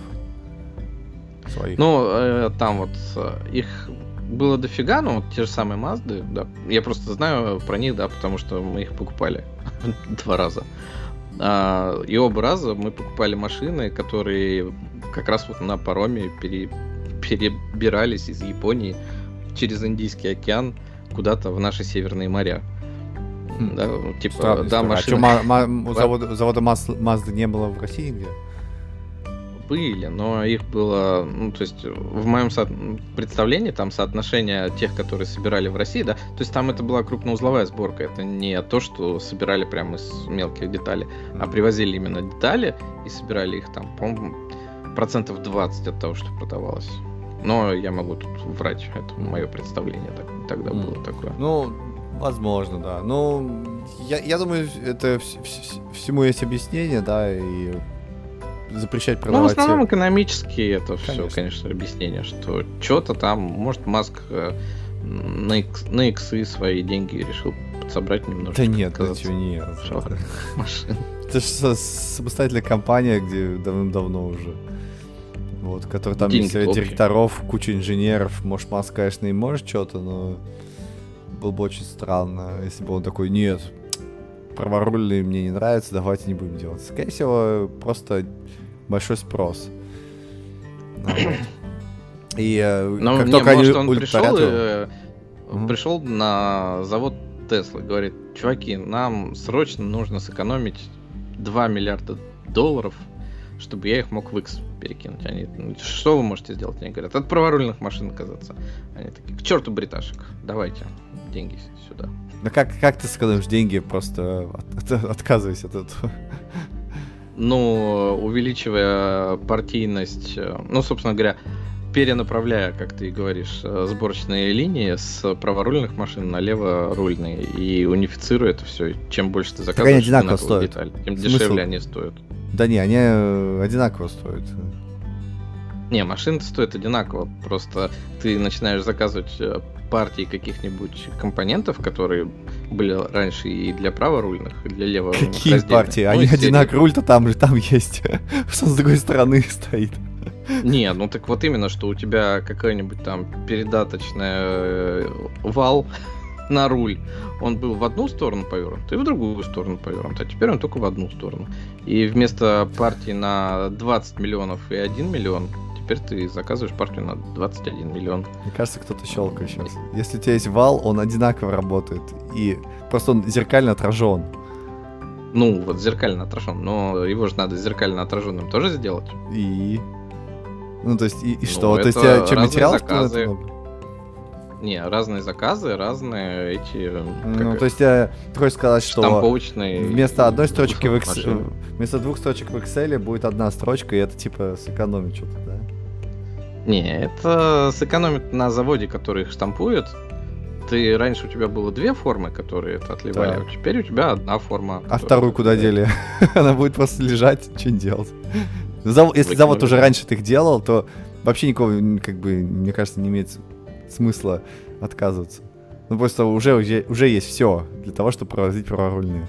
своих. Ну, э, там вот э, их было дофига, но вот те же самые Мазды, да. Я просто знаю про них, да, потому что мы их покупали два раза. А, и оба раза мы покупали машины, которые как раз вот на пароме пере, перебирались из Японии через Индийский океан куда-то в наши северные моря. Хм. Да, типа, Странная да, история. машины... А что, ма- ма- завода, завода Мазды не было в России где? Были, но их было, ну, то есть в моем со... представлении там соотношение тех, которые собирали в России, да, то есть там это была крупноузловая сборка, это не то, что собирали прямо из мелких деталей, mm-hmm. а привозили именно детали и собирали их там, по-моему, процентов двадцать от того, что продавалось. Но я могу тут врать, это мое представление так, тогда mm-hmm. было такое. Ну, возможно, да. Ну, я, я думаю, это вс- вс- всему есть объяснение, да, и запрещать продавать. Ну, в основном экономически это конечно. все, конечно, объяснение, что что-то там, может, Маск э, на, икс, на иксы свои деньги решил подсобрать немножко. Да нет, это чего нет. Машин. Это же самостоятельная компания, где давным-давно уже. Вот, который там есть совет директоров, куча инженеров. Может, Маск, конечно, и может что-то, но было бы очень странно, если бы он такой, нет, праворульные мне не нравятся, давайте не будем делать. Скорее всего, просто большой спрос. Ну, вот. И но как не, только может, они он пришел, и, mm-hmm. пришел на завод Tesla, говорит, чуваки, нам срочно нужно сэкономить два миллиарда долларов чтобы я их мог в X перекинуть. Они, ну, что вы можете сделать? Они говорят, от праворульных машин отказаться. Они такие, к черту бриташек, давайте деньги сюда. Ну как, как ты сэкономишь деньги, просто от, от, отказывайся от этого? Ну, увеличивая партийность, ну, собственно говоря, перенаправляя, как ты и говоришь, сборочные линии с праворульных машин на леворульные и унифицируя это все. Чем больше ты заказываешь, они одинаково стоят. Деталь, тем Смысл? Дешевле они стоят. Да не, они одинаково стоят. Не, машины стоят одинаково. Просто ты начинаешь заказывать партии каких-нибудь компонентов, которые были раньше и для праворульных, и для леворульных. Какие раздельных. партии? Ну, они одинаковые. Руль-то там же там есть. Что с другой стороны стоит? Не, ну так вот именно, что у тебя какой-нибудь там передаточный вал на руль, он был в одну сторону повернут и в другую сторону повернут, а теперь он только в одну сторону. И вместо партии на двадцать миллионов и один миллион, теперь ты заказываешь партию на двадцать один миллион. Мне кажется, кто-то щелкает сейчас. Если у тебя есть вал, он одинаково работает, и просто он зеркально отражен. Ну, вот зеркально отражен, но его же надо зеркально отраженным тоже сделать. И... Ну, то есть, и, и ну, что? То есть, я, что, материал что-то? Не, разные заказы, разные эти... Ну, то есть, я, ты хочешь сказать, что вместо одной строчки в Excel, вместо двух строчек в Excel будет одна строчка, и это, типа, сэкономит что-то, да? Не, это сэкономит на заводе, который их штампует. Ты, раньше у тебя было две формы, которые это отливали, а теперь у тебя одна форма. А вторую куда дели? Она будет просто лежать, что делать? Зав... Если завод уже раньше ты их делал, то вообще никакого, как бы, мне кажется, не имеет смысла отказываться. Ну просто уже, уже, уже есть все для того, чтобы проводить праворульные.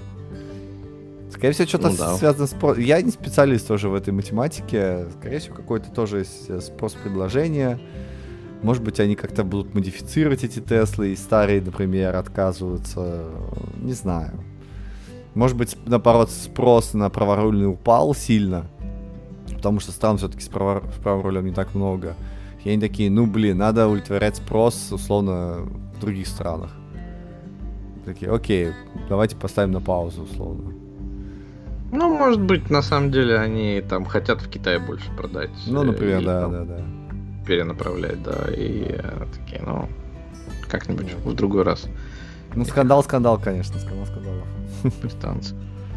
Скорее всего, что-то ну, да. связано с... Я не специалист тоже в этой математике. Скорее всего, какой-то тоже есть спрос-предложение. Может быть, они как-то будут модифицировать эти Теслы, и старые, например, отказываются. Не знаю. Может быть, наоборот, спрос на праворульный упал сильно. Потому что стран все-таки с, право, с правым рулем не так много. И они такие, ну блин, надо удовлетворять спрос, условно, в других странах. Такие, окей, давайте поставим на паузу, условно. Ну, может быть, на самом деле они там хотят в Китае больше продать. Ну, например, да, да, да. Перенаправлять, да, и э, такие, ну, как-нибудь в другой раз. Ну, скандал, скандал, конечно, скандал, скандалов. Британцы.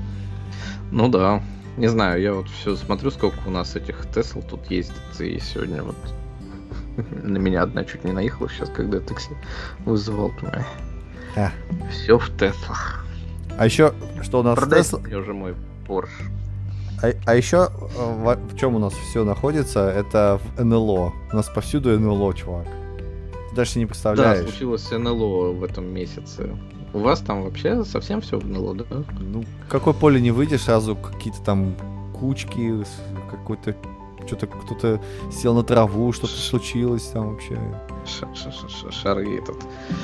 Ну да. Не знаю, я вот все смотрю, сколько у нас этих Тесл тут ездит, и сегодня вот на меня одна чуть не наехала сейчас, когда я такси вызывал. А. Все в Теслах. А еще, что у нас Тесла? Мне уже мой Porsche. А, а еще в, в чем у нас все находится, это в эн эл о. У нас повсюду эн эл о, чувак. Ты даже не представляешь. Да, случилось эн эл о в этом месяце. У вас там вообще совсем все в эн эл о, да? Ну, какое поле не выйдешь, сразу какие-то там кучки, какой-то, что-то кто-то сел на траву, что-то случилось там вообще. Шары этот.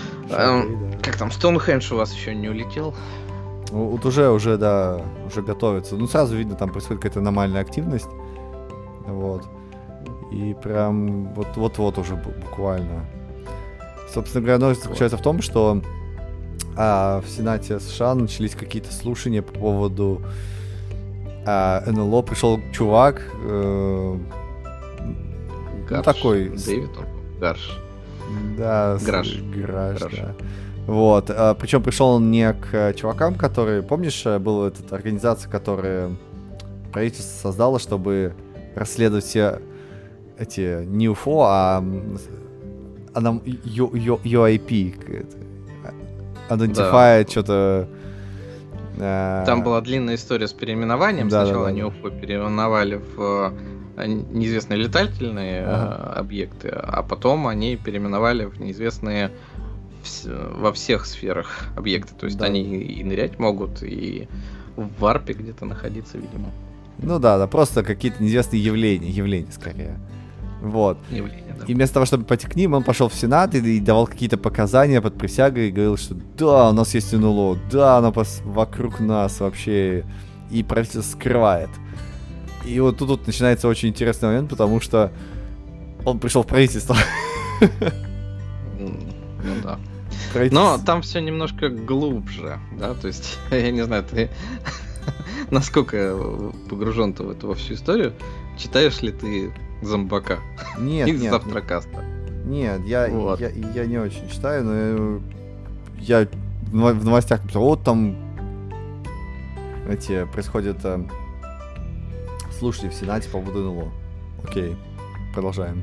Как там, Стоунхендж у вас еще не улетел? Вот уже, уже, да, уже готовится. Ну, сразу видно, там происходит какая-то аномальная активность. Вот. И прям вот, вот-вот уже буквально. Собственно говоря, новость заключается в том, что а, в Сенате США начались какие-то слушания по поводу а, эн эл о. Пришел чувак, э, Гарш. Ну, такой... Дэвид, он, Гарш. Да, Граш. Граш, Граш. да. Вот, а, причем пришел он не к чувакам, которые, помнишь, была эта организация, которая правительство создало, чтобы расследовать все эти не ю эф о, а, а нам ю эй пи, Identify, да. Что-то... А... Там была длинная история с переименованием. Да, Сначала да, да, не ю эф о переименовали в неизвестные летательные ага. объекты, а потом они переименовали в неизвестные во всех сферах объекты. То есть да. Они и нырять могут, и в варпе где-то находиться, видимо. Ну да, да, просто какие-то неизвестные явления, явления скорее. Вот. Явление, да. И вместо того, чтобы пойти к ним, он пошел в Сенат и, и давал какие-то показания под присягой и говорил, что да, у нас есть эн эл о, да, оно пос- вокруг нас вообще, и правительство скрывает. И вот тут, тут начинается очень интересный момент, потому что он пришел в правительство. Ну да. Но там все немножко глубже, да, то есть, я не знаю, ты насколько погружен ты в эту во всю историю, читаешь ли ты Зомбака Нет, из нет, Завтракаста? нет, я, Вот. я, я не очень читаю, но я в но- в новостях написал, вот там эти происходят э, слушания в Сенате по поводу эн эл о. Окей, продолжаем.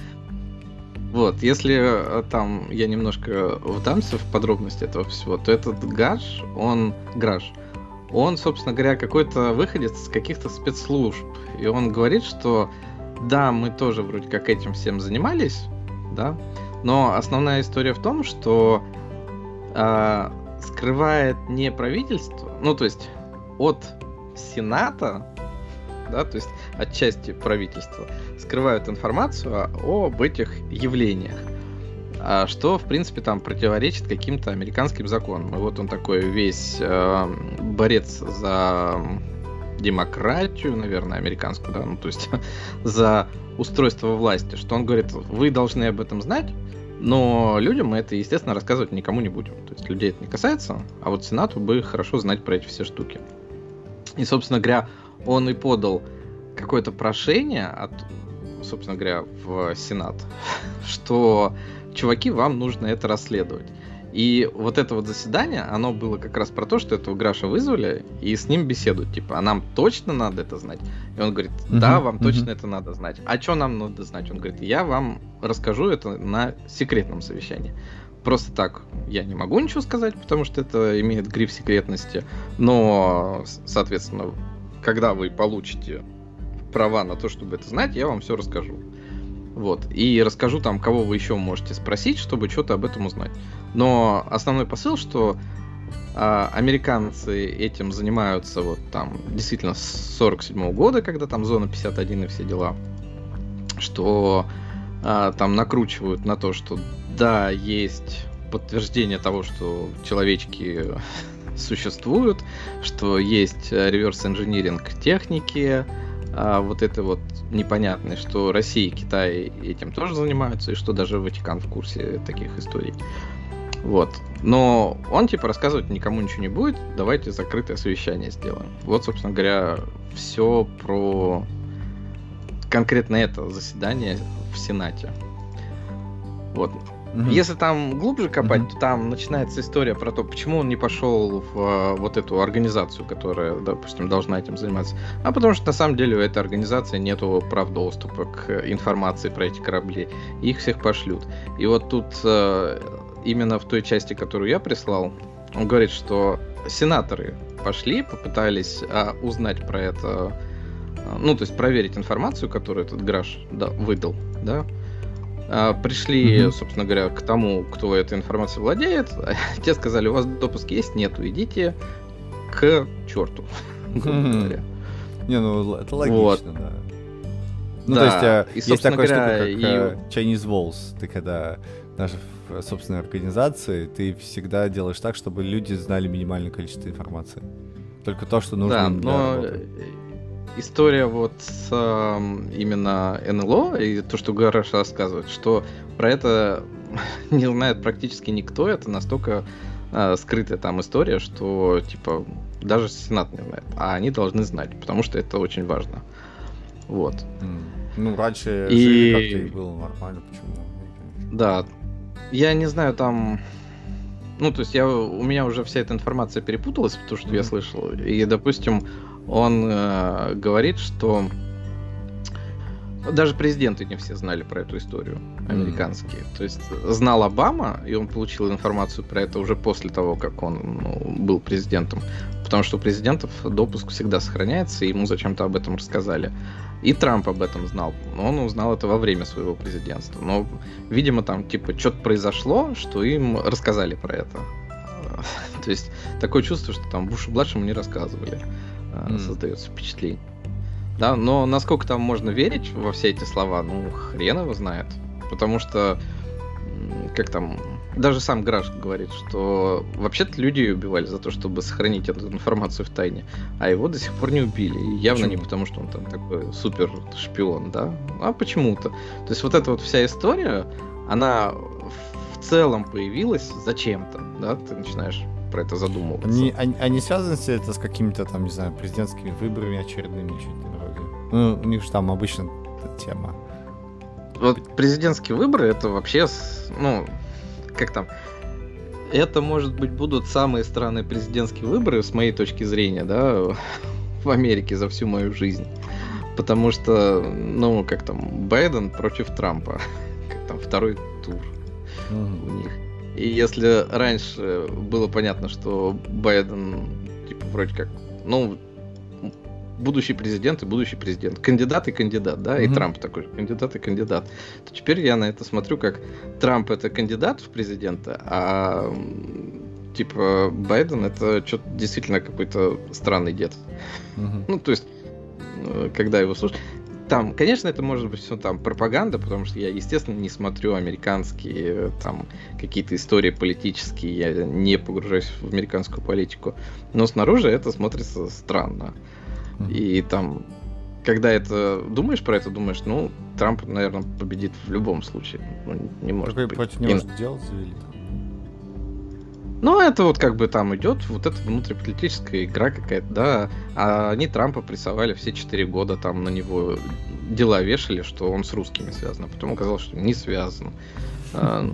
Вот, если э, там я немножко вдамся в подробности этого всего, то этот Гаш, он Граш, он, собственно говоря, какой-то выходец из каких-то спецслужб. И он говорит, что да, мы тоже вроде как этим всем занимались, да, но основная история в том, что э, скрывает не правительство, ну, то есть от Сената, да, то есть отчасти правительства, скрывают информацию об этих явлениях, а что, в принципе, там противоречит каким-то американским законам. И вот он такой весь э, борец за демократию, наверное, американскую, да, ну, то есть за устройство власти, что он говорит, вы должны об этом знать, но людям мы это, естественно, рассказывать никому не будем. То есть людей это не касается, а вот Сенату бы хорошо знать про эти все штуки. И, собственно говоря, он и подал какое-то прошение от, собственно говоря, в Сенат, что, чуваки, вам нужно это расследовать. И вот это вот заседание, оно было как раз про то, что этого Граша вызвали и с ним беседуют. Типа, а нам точно надо это знать? И он говорит, да, вам точно это надо знать. А что нам надо знать? Он говорит, я вам расскажу это на секретном совещании. Просто так я не могу ничего сказать, потому что это имеет гриф секретности. Но, соответственно, когда вы получите права на то, чтобы это знать, я вам все расскажу. Вот. И расскажу там, кого вы еще можете спросить, чтобы что-то об этом узнать. Но основной посыл, что а, американцы этим занимаются вот там действительно с сорок седьмого года, когда там зона пятьдесят один и все дела, что а, там накручивают на то, что да, есть подтверждение того, что человечки существуют, что есть реверс-инжиниринг техники, а вот это вот непонятное, что Россия и Китай этим тоже занимаются, и что даже Ватикан в курсе таких историй. Вот. Но он типа рассказывать никому ничего не будет, давайте закрытое совещание сделаем. Вот, собственно говоря, все про конкретно это заседание в Сенате. Вот. Mm-hmm. Если там глубже копать, mm-hmm. то там начинается история про то, почему он не пошел в uh, вот эту организацию, которая, допустим, должна этим заниматься. А потому что на самом деле у этой организации нету прав доступа к информации про эти корабли. И их всех пошлют. И вот тут uh, именно в той части, которую я прислал, он говорит, что сенаторы пошли, попытались uh, узнать про это, uh, ну, то есть проверить информацию, которую этот Граш да, выдал, да. Пришли, mm-hmm. собственно говоря, к тому, кто этой информацией владеет. Те сказали, у вас допуск есть? Нету, идите к черту. Mm-hmm. Не, ну это логично, вот. Да. Ну, да. то есть, а, и, есть такая говоря, штука, как и... Chinese Walls. Ты когда даже в собственной организации, ты всегда делаешь так, чтобы люди знали минимальное количество информации. Только то, что нужно да, им для но... работы. История вот с э, именно эн эл о и то, что Гараш рассказывает, что про это не знает практически никто, это настолько э, скрытая там история, что типа даже Сенат не знает, а они должны знать, потому что это очень важно. Вот. Mm. Ну, раньше и... жили как-то и было нормально, почему? Да. Я не знаю, там... Ну, то есть я, у меня уже вся эта информация перепуталась, потому что mm-hmm. я слышал. И, допустим, он э, говорит, что даже президенты не все знали про эту историю, американские. Mm. То есть знал Обама, и он получил информацию про это уже после того, как он ну, был президентом. Потому что у президентов допуск всегда сохраняется, и ему зачем-то об этом рассказали. И Трамп об этом знал, но он узнал это во время своего президентства. Но, видимо, там типа что-то произошло, что им рассказали про это. То есть такое чувство, что там Бушу-младшему не рассказывали. Mm. Создается впечатление. Да, но насколько там можно верить во все эти слова, ну, хрен его знает. Потому что, как там, даже сам Граш говорит, что вообще-то людей убивали за то, чтобы сохранить эту информацию в тайне, а его до сих пор не убили. И явно почему? Не потому, что он там такой супер шпион, да, а почему-то. То есть вот эта вот вся история, она в целом появилась зачем-то, да, ты начинаешь про это задумываться. Они, они, они связаны с это с какими-то там, не знаю, президентскими выборами очередными, что-то вроде. Ну, у них же там обычно эта тема. Вот президентские выборы, это вообще, ну, как там, это, может быть, будут самые странные президентские выборы, с моей точки зрения, да, в Америке за всю мою жизнь. Потому что, ну, как там, Байден против Трампа. Как там, второй тур mm-hmm. у них. И если раньше было понятно, что Байден, типа, вроде как, ну, будущий президент и будущий президент. Кандидат и кандидат, да, mm-hmm. и Трамп такой же кандидат и кандидат. То теперь я на это смотрю, как Трамп это кандидат в президента, а типа Байден это что-то действительно какой-то странный дед. Mm-hmm. Ну, то есть, когда его слушаешь. Там, конечно, это может быть все там пропаганда, потому что я, естественно, не смотрю американские там какие-то истории политические, я не погружаюсь в американскую политику. Но снаружи это смотрится странно. И там, когда это думаешь про это, думаешь, ну, Трамп, наверное, победит в любом случае. Ну, не может Какой быть. против него И... делать завели там? Ну, это вот как бы там идет, вот эта внутриполитическая игра какая-то, да. А они Трампа прессовали все четыре года, там на него дела вешали, что он с русскими связан. А потом оказалось, что не связан. А,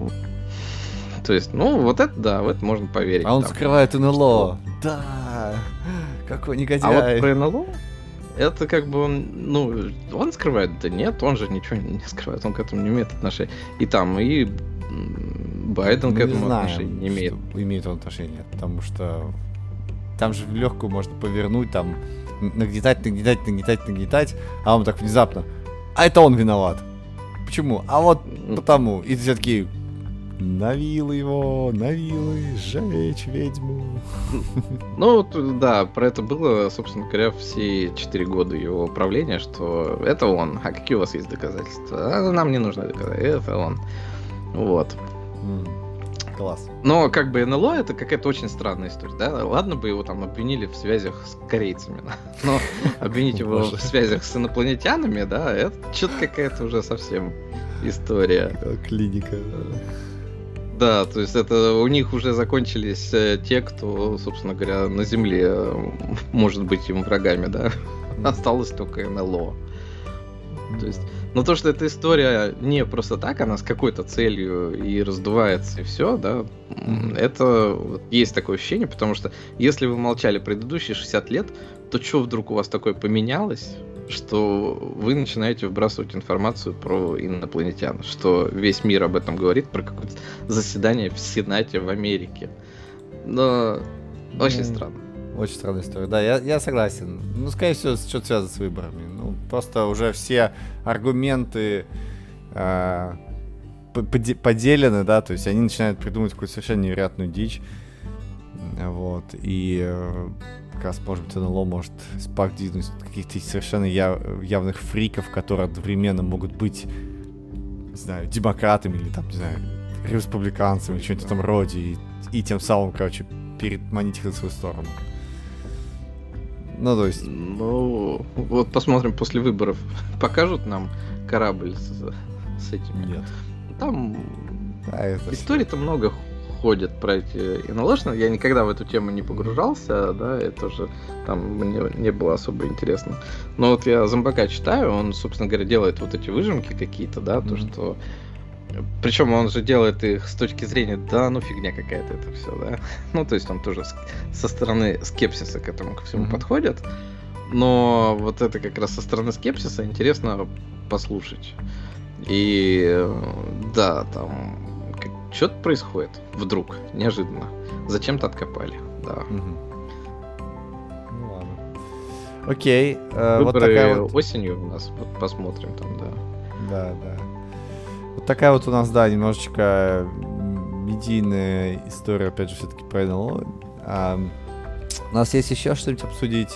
то есть, ну, вот это, да, в это можно поверить. А он там, скрывает эн эл о. Что... Да, какой негодяй. А вот про эн эл о, это как бы он, ну, он скрывает, да нет, он же ничего не скрывает, он к этому не имеет отношения. И там, и Байден Мы к этому не знаем, отношения не имеет. Имеет он отношение, потому что там же в легкую можно повернуть, там, нагнетать, нагнетать, нагнетать, нагнетать, а он так внезапно, а это он виноват. Почему? А вот потому. И все такие, на вилы его, на вилы, сжечь ведьму. Ну, да, про это было, собственно говоря, все четыре года его правления, что это он. А какие у вас есть доказательства? А нам не нужны доказательства, это он. Вот. Mm. Класс. Но как бы эн эл о это какая-то очень странная история, да? Ладно бы его там обвинили в связях с корейцами, но обвинить его в связях с инопланетянами, да, это что-то какая-то уже совсем история. Клиника. Да, то есть это у них уже закончились те, кто, собственно говоря, на Земле может быть им врагами, да? Осталось только эн эл о. То есть, но то, что эта история не просто так, она с какой-то целью и раздувается, и все, да, mm-hmm. это вот, есть такое ощущение, потому что если вы молчали предыдущие шестьдесят лет, то что вдруг у вас такое поменялось, что вы начинаете вбрасывать информацию про инопланетян, что весь мир об этом говорит, про какое-то заседание в Сенате в Америке. Но очень mm-hmm. странно. Очень странная история. Да, я, я согласен. Ну, скорее всего, что-то связано с выборами. Ну, просто уже все аргументы э, поделены, да, то есть они начинают придумывать какую-то совершенно невероятную дичь. Вот. И э, как раз, может быть, эн эл о может сподвигнуть каких-то совершенно яв- явных фриков, которые одновременно могут быть, не знаю, демократами или там, не знаю, республиканцами, или что-нибудь в этом роде, и, и тем самым, короче, переманить их на свою сторону. Ну, то есть... Ну, вот посмотрим после выборов. Покажут нам корабль с, с этими? Нет. Там а это историй-то много ходит про эти эн эл о. Я никогда в эту тему не погружался, да, это же там мне не было особо интересно. Но вот я Зомбака читаю, он, собственно говоря, делает вот эти выжимки какие-то, да, mm-hmm. то, что... Причем он же делает их с точки зрения, да, ну фигня какая-то это все, да. Ну, то есть он тоже со стороны скепсиса к этому ко всему mm-hmm. подходит. Но вот это как раз со стороны скепсиса интересно послушать. И да, там что-то происходит вдруг, неожиданно. Зачем-то откопали, да. Mm-hmm. Ну ладно. Окей. Э, Выборы вот такая вот... осенью у нас, вот посмотрим там, да. Да, да. Вот такая вот у нас, да, немножечко медийная история, опять же, все-таки про эн эл о. А, у нас есть еще что-нибудь обсудить?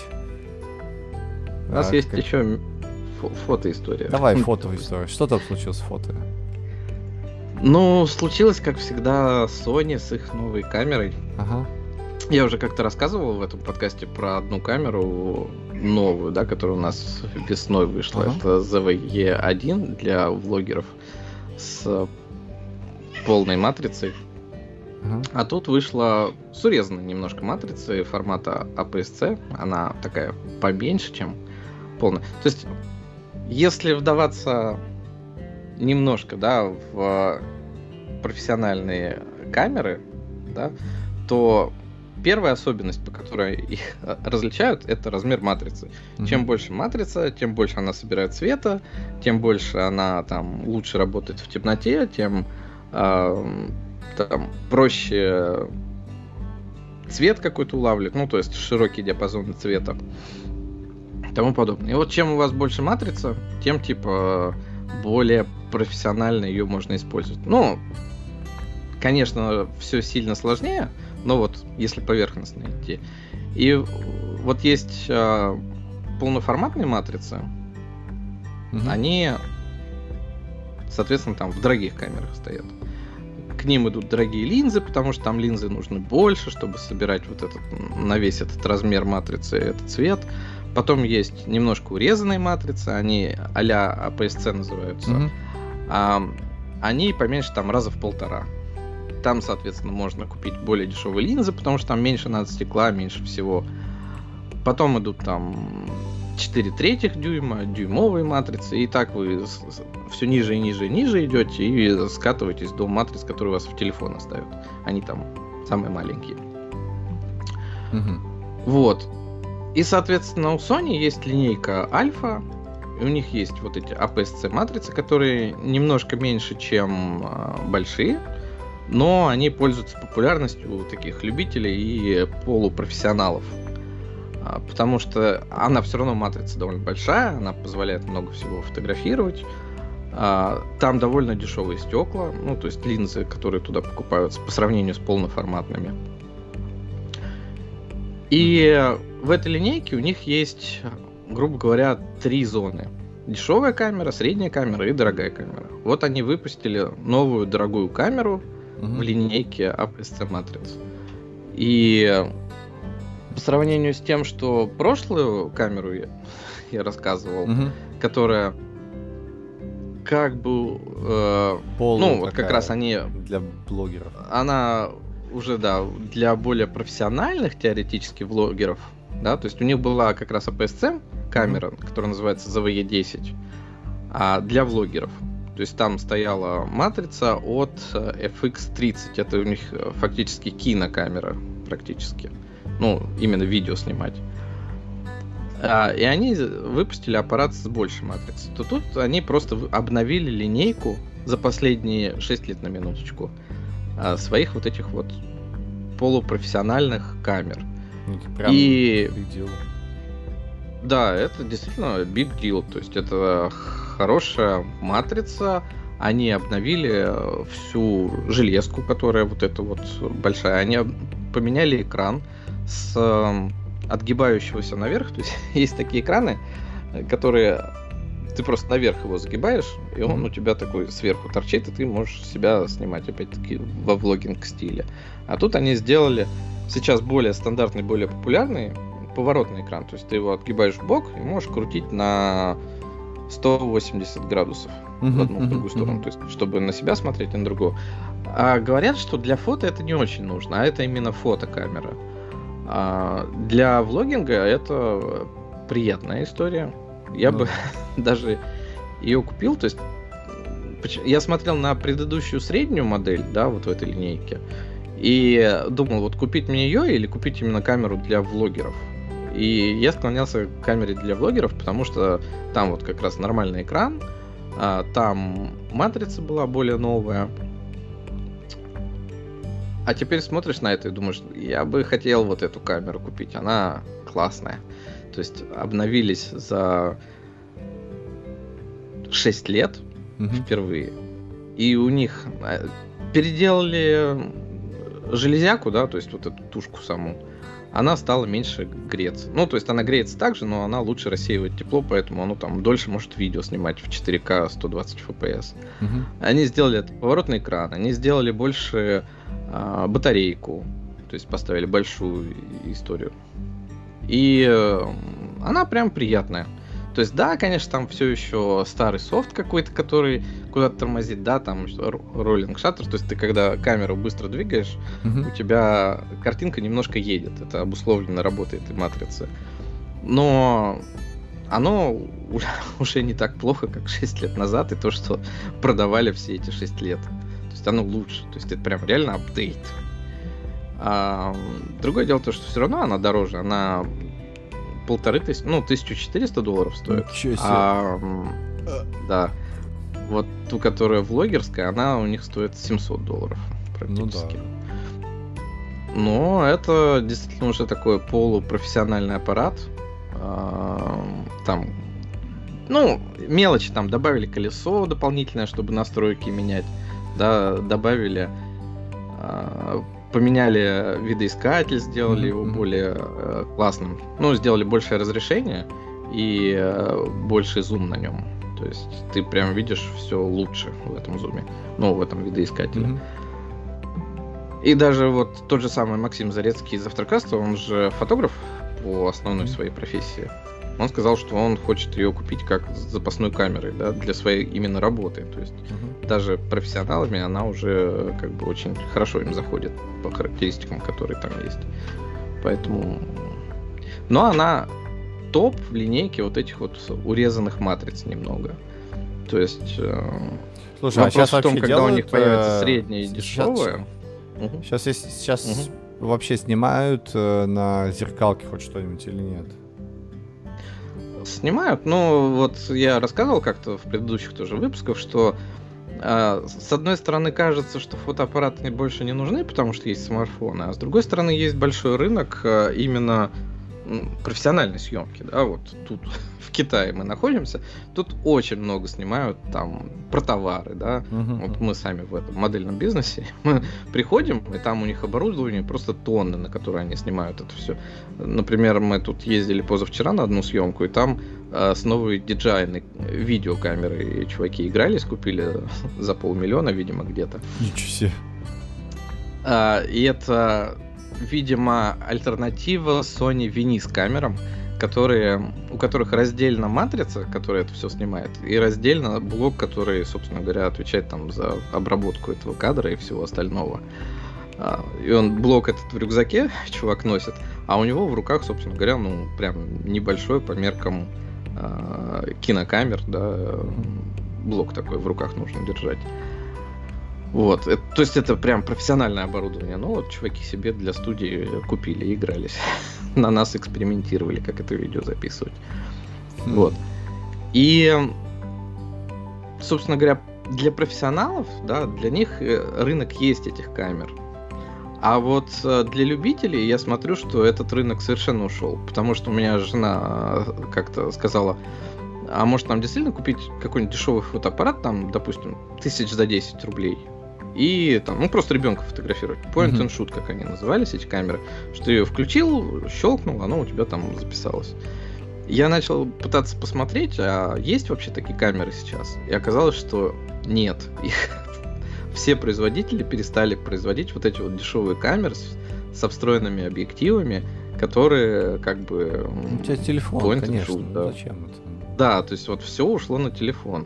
У нас а, есть как... еще фо- фотоистория. Давай фотоистория. Что там случилось с фото? Ну, случилось, как всегда, Sony с их новой камерой. Ага. Я уже как-то рассказывал в этом подкасте про одну камеру новую, да, которая у нас весной вышла. Ага. Это зет ви и один для влогеров с полной матрицей. Ага. А тут вышла с урезанной немножко матрицей формата эй пи эс-C. Она такая поменьше, чем полная. То есть, если вдаваться немножко, да, в профессиональные камеры, да, то первая особенность, по которой их различают, это размер матрицы. Mm-hmm. Чем больше матрица, тем больше она собирает света, тем больше она там лучше работает в темноте, тем э, там проще цвет какой-то улавливает, ну, то есть широкий диапазон цвета и тому подобное. И вот чем у вас больше матрица, тем, типа, более профессионально ее можно использовать. Ну, конечно, все сильно сложнее, но вот если поверхностно идти. И вот есть э, полноформатные матрицы, mm-hmm. они, соответственно, там в дорогих камерах стоят. К ним идут дорогие линзы, потому что там линзы нужны больше, чтобы собирать вот этот, на весь этот размер матрицы, этот цвет. Потом есть немножко урезанные матрицы, они а-ля эй пи эс-C называются. Mm-hmm. А, они поменьше там раза в полтора. Там, соответственно, можно купить более дешевые линзы, потому что там меньше надо стекла, меньше всего. Потом идут там четыре третьих дюйма, дюймовые матрицы, и так вы все ниже и ниже и ниже идете и скатываетесь до матриц, которые у вас в телефон оставят. Они там самые маленькие. Mm-hmm. Вот. И, соответственно, у Sony есть линейка Alpha, и у них есть вот эти эй пи эс-C матрицы, которые немножко меньше, чем э, большие, но они пользуются популярностью у таких любителей и полупрофессионалов. А, потому что она все равно матрица довольно большая, она позволяет много всего фотографировать. А, там довольно дешевые стекла, ну, то есть линзы, которые туда покупаются по сравнению с полноформатными. И в этой линейке у них есть, грубо говоря, три зоны. Дешевая камера, средняя камера и дорогая камера. Вот они выпустили новую дорогую камеру uh-huh. в линейке эй пи эс-C матриц. И по сравнению с тем, что прошлую камеру я, я рассказывал, uh-huh. которая как бы... Э, ну, вот как раз они... Для блогеров. Она... уже, да, для более профессиональных теоретически влогеров, да, то есть у них была как раз эй пи эс-C камера, mm-hmm. которая называется зэ вэ е десять, а для влогеров. То есть там стояла матрица от эф икс тридцать, это у них фактически кинокамера, практически. Ну, именно видео снимать. А, и они выпустили аппарат с большей матрицей. То тут они просто обновили линейку за последние шесть лет, на минуточку, своих вот этих вот полупрофессиональных камер. Прям и big deal. Да, это действительно big deal. То есть это хорошая матрица. Они обновили всю железку, которая вот эта вот большая. Они поменяли экран с отгибающегося наверх. То есть есть такие экраны, которые ты просто наверх его загибаешь, и он у тебя такой сверху торчит, и ты можешь себя снимать, опять-таки, во влогинг стиле. А тут они сделали сейчас более стандартный, более популярный поворотный экран. То есть ты его отгибаешь в бок и можешь крутить на сто восемьдесят градусов uh-huh, в одну, в другую uh-huh, сторону. Uh-huh. То есть, чтобы на себя смотреть, и на другую. А говорят, что для фото это не очень нужно, а это именно фотокамера. А для влогинга это приятная история. Я ну. бы даже ее купил. То есть я смотрел на предыдущую среднюю модель, да, вот в этой линейке, и думал, вот купить мне ее или купить именно камеру для влогеров. И я склонялся к камере для влогеров, потому что там вот как раз нормальный экран, а там матрица была более новая. А теперь смотришь на это и думаешь, я бы хотел вот эту камеру купить, она классная. То есть обновились за шесть лет mm-hmm. впервые. И у них переделали железяку, да, то есть вот эту тушку саму. Она стала меньше греться. Ну, то есть она греется так же, но она лучше рассеивает тепло, поэтому оно там дольше может видео снимать в четыре ка сто двадцать эф пи эс. Mm-hmm. Они сделали это поворотный экран, они сделали больше а, батарейку, то есть поставили большую историю. И э, она прям приятная. То есть, да, конечно, там все еще старый софт какой-то, который куда-то тормозить, да, там роллинг шаттер, то есть ты когда камеру быстро двигаешь, Мгм. у тебя картинка немножко едет, это обусловлено работой этой матрицы. Но оно у- уже не так плохо, как шесть лет назад, и то, что продавали все эти шесть лет. То есть оно лучше, то есть это прям реально апдейт. А, м, другое дело то, что все равно она дороже, она полторы тысячи, ну, тысяча четыреста долларов стоит. Ничего себе. А, м, да. Вот ту, которая влогерская, она у них стоит семьсот долларов практически. Но это действительно уже такой полупрофессиональный аппарат. А, Там, ну, мелочи там добавили колесо дополнительное, чтобы настройки менять. Да, добавили, а, поменяли видоискатель, сделали его Мгм, мгм. более э, классным. Ну, сделали большее разрешение и э, больший зум на нем. То есть ты прям видишь все лучше в этом зуме, ну, в этом видоискателе. Мгм. И даже вот тот же самый Максим Зарецкий из Авторкаста, он же фотограф по основной Мгм. своей профессии. Он сказал, что он хочет ее купить как с запасной камерой, да, для своей именно работы. То есть Мгм. даже профессионалами она уже как бы очень хорошо им заходит по характеристикам, которые там есть. Поэтому... Но она топ в линейке вот этих вот урезанных матриц немного. То есть... э, Слушай, а Вопрос сейчас в том, вообще когда делают, у них появится э, средняя и сейчас- дешевая. Мгм. Сейчас, есть- сейчас вообще снимают э, на зеркалке хоть что-нибудь или нет? Снимают. Ну, вот я рассказывал как-то в предыдущих тоже выпусках, что а, с одной стороны кажется, что фотоаппараты больше не нужны, потому что есть смартфоны, а с другой стороны есть большой рынок а, именно м, профессиональной съемки, да, вот тут в Китае мы находимся, тут очень много снимают там про товары, да, Мгм, вот мгм. мы сами в этом модельном бизнесе, мы приходим, и там у них оборудование просто тонны, на которые они снимают это все. Например, мы тут ездили позавчера на одну съемку, и там э, с новой ди джей ай видеокамерой чуваки игрались, купили за полмиллиона, видимо, где-то. Ничего себе. А, и это, видимо, альтернатива Sony Venice камерам, которые, у которых раздельно матрица, которая это все снимает, и раздельно блок, который, собственно говоря, отвечает там за обработку этого кадра и всего остального. А, И он блок этот в рюкзаке чувак носит, а у него в руках, собственно говоря, ну прям небольшой по меркам а, кинокамер, да, м, блок такой в руках нужно держать. Вот, это- то есть это прям профессиональное оборудование. Ну вот чуваки себе для студии купили и игрались. На нас экспериментировали, как это видео записывать. Хм. Вот. И, собственно говоря, для профессионалов, да, для них э, рынок есть этих камер. А вот э, для любителей я смотрю, что этот рынок совершенно ушел. Потому что у меня жена э, как-то сказала, а может нам действительно купить какой-нибудь дешевый фотоаппарат, там, допустим, тысяч за десять рублей, и там, ну, просто ребенка фотографировать. Point Мгм. and shoot, как они назывались, эти камеры. Что ты ее включил, щелкнул, оно у тебя там записалось. Я начал пытаться посмотреть, а есть вообще такие камеры сейчас? И оказалось, что нет. Их все производители перестали производить вот эти вот дешевые камеры с, со встроенными объективами, которые как бы... м, У тебя телефон, point and конечно. shoot, ну да. Зачем это? Да, то есть вот все ушло на телефон.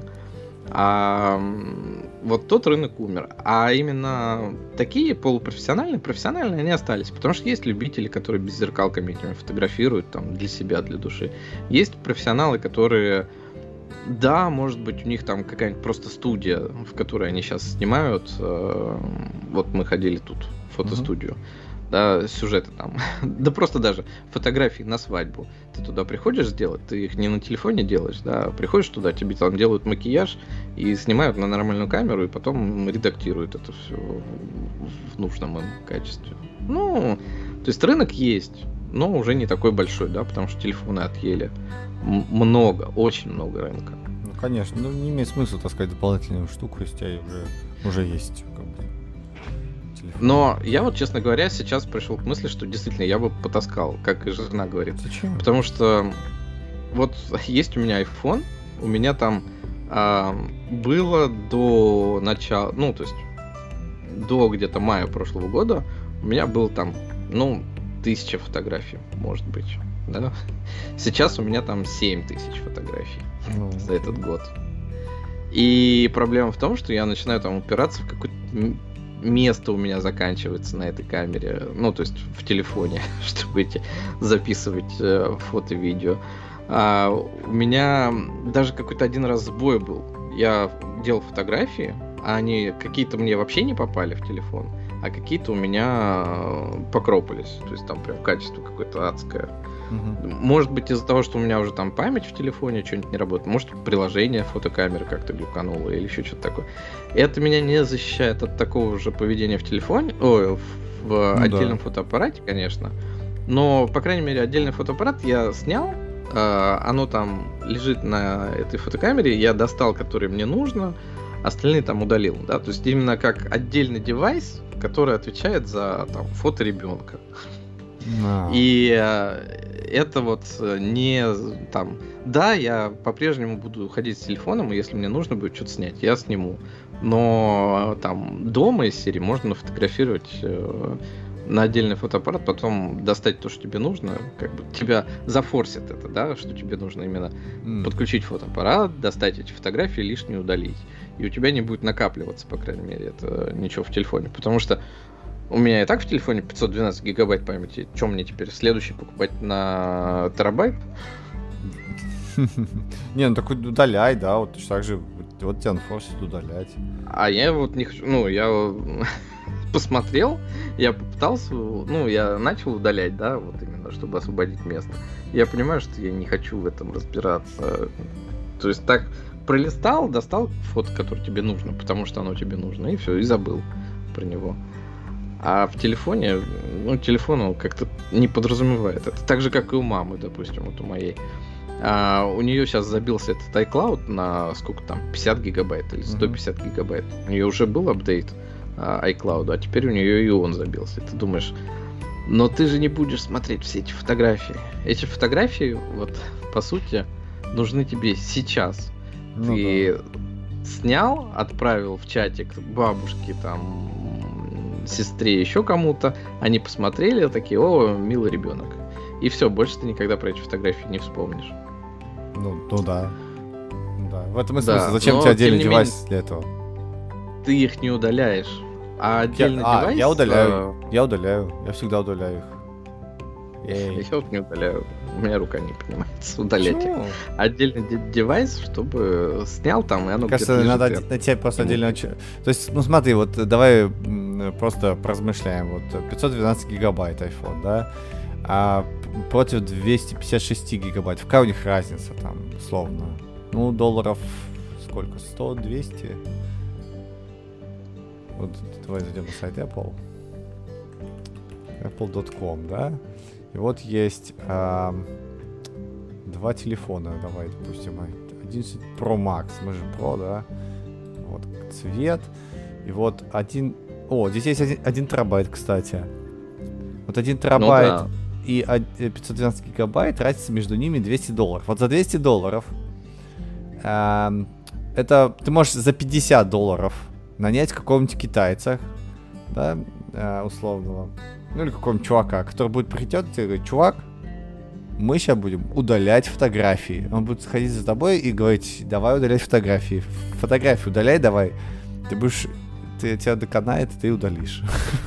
А м, вот тот рынок умер. А именно такие полупрофессиональные, профессиональные они остались. Потому что есть любители, которые беззеркалками этими фотографируют там для себя, для души. Есть профессионалы, которые, да, может быть, у них там какая-нибудь просто студия, в которой они сейчас снимают. Э, Вот мы ходили тут в фотостудию. Да, сюжеты там. Да просто даже фотографии на свадьбу. Ты туда приходишь сделать, ты их не на телефоне делаешь, да, а приходишь туда, тебе там делают макияж и снимают на нормальную камеру, и потом редактируют это все в нужном им качестве. Ну, то есть рынок есть, но уже не такой большой, да, потому что телефоны отъели м- много, очень много рынка. Ну, конечно, ну не имеет смысла таскать дополнительную штуку, если у тебя уже, уже есть как бы, телефон. Но я вот, честно говоря, сейчас пришел к мысли, что действительно я бы потаскал, как и жена говорит. Зачем? Потому что вот есть у меня iPhone, у меня там а, было до начала, ну, то есть до где-то мая прошлого года у меня было там, ну, тысяча фотографий, может быть, да? Сейчас у меня там семь тысяч фотографий Ну, за этот год. И проблема в том, что я начинаю там упираться в какое-то м- место у меня заканчивается на этой камере, ну, то есть в телефоне, чтобы эти записывать э, фото, видео. А у меня даже какой-то один раз сбой был. Я делал фотографии, а они какие-то мне вообще не попали в телефон, а какие-то у меня покропались. То есть там прям качество какое-то адское. Угу. Может быть, из-за того, что у меня уже там память в телефоне, что-нибудь не работает. Может, приложение фотокамеры как-то глюкануло или еще что-то такое. Это меня не защищает от такого же поведения в телефоне, ой, в, в ну, отдельном да. фотоаппарате, конечно. Но, по крайней мере, отдельный фотоаппарат я снял. Uh, оно там лежит на этой фотокамере, я достал, который мне нужно, остальные там удалил, да, то есть именно как отдельный девайс, который отвечает за там фото ребенка. No. И uh, это вот не там, да, я по-прежнему буду ходить с телефоном, и если мне нужно будет что-то снять, я сниму, но там дома из серии можно нафотографировать uh, на отдельный фотоаппарат, потом достать то, что тебе нужно, как бы тебя зафорсит это, да, что тебе нужно именно mm. подключить фотоаппарат, достать эти фотографии, лишние удалить. И у тебя не будет накапливаться, по крайней мере, это ничего в телефоне. Потому что у меня и так в телефоне пятьсот двенадцать гигабайт памяти. Чем мне теперь следующий покупать на терабайт? Не, ну так удаляй, да, вот так же, вот тебя форсит удалять. А я вот не хочу, ну, я посмотрел, я попытался, ну, я начал удалять, да, вот именно, чтобы освободить место. Я понимаю, что я не хочу в этом разбираться. То есть так пролистал, достал фото, которое тебе нужно, потому что оно тебе нужно, и все, и забыл про него. А в телефоне, ну, телефон он как-то не подразумевает. Это так же, как и у мамы, допустим, вот у моей. А у нее сейчас забился этот iCloud на сколько там, пятьдесят гигабайт или сто пятьдесят mm-hmm. гигабайт. У нее уже был апдейт iCloud, а теперь у нее и он забился. И ты думаешь, но ты же не будешь смотреть все эти фотографии. Эти фотографии, вот, по сути, нужны тебе сейчас. Ну, ты да. снял, отправил в чатик бабушке, там, сестре, еще кому-то, они посмотрели, такие, о, милый ребенок. И все, больше ты никогда про эти фотографии не вспомнишь. Ну, ну да. да. В этом и смысл. Да, зачем тебе отдельный девайс менее, для этого? Ты их не удаляешь. А отдельный я, девайс... А, я удаляю. А... Я удаляю. Я всегда удаляю их. Эй. Я вот не удаляю. У меня рука не поднимается удалять их. Отдельный д- девайс, чтобы снял там, и оно кажется, где-то надо лежит. найти просто отдельно. То есть, ну смотри, вот давай просто поразмышляем. Вот пятьсот двенадцать гигабайт iPhone, да? А против двести пятьдесят шесть гигабайт. Какая у них разница там, условно? Ну, долларов сколько? сто двести? Вот давай зайдем на сайт Apple. apple точка com, да? И вот есть а, два телефона. Давай, допустим, одиннадцать Pro Max. Мы же Pro, да? Вот цвет. И вот один... О, здесь есть один, один терабайт, кстати. Вот один терабайт... Ну, да. И пятьсот двенадцать гигабайт, разница между ними двести долларов. Вот за двести долларов э, это ты можешь за пятьдесят долларов нанять какого-нибудь китайца, да, э, условного, ну или какого-нибудь чувака, который будет придет и говорит, чувак, мы сейчас будем удалять фотографии. Он будет ходить за тобой и говорить, давай удалять фотографии. Фотографии удаляй давай. Ты будешь, ты, тебя доконает, ты удалишь.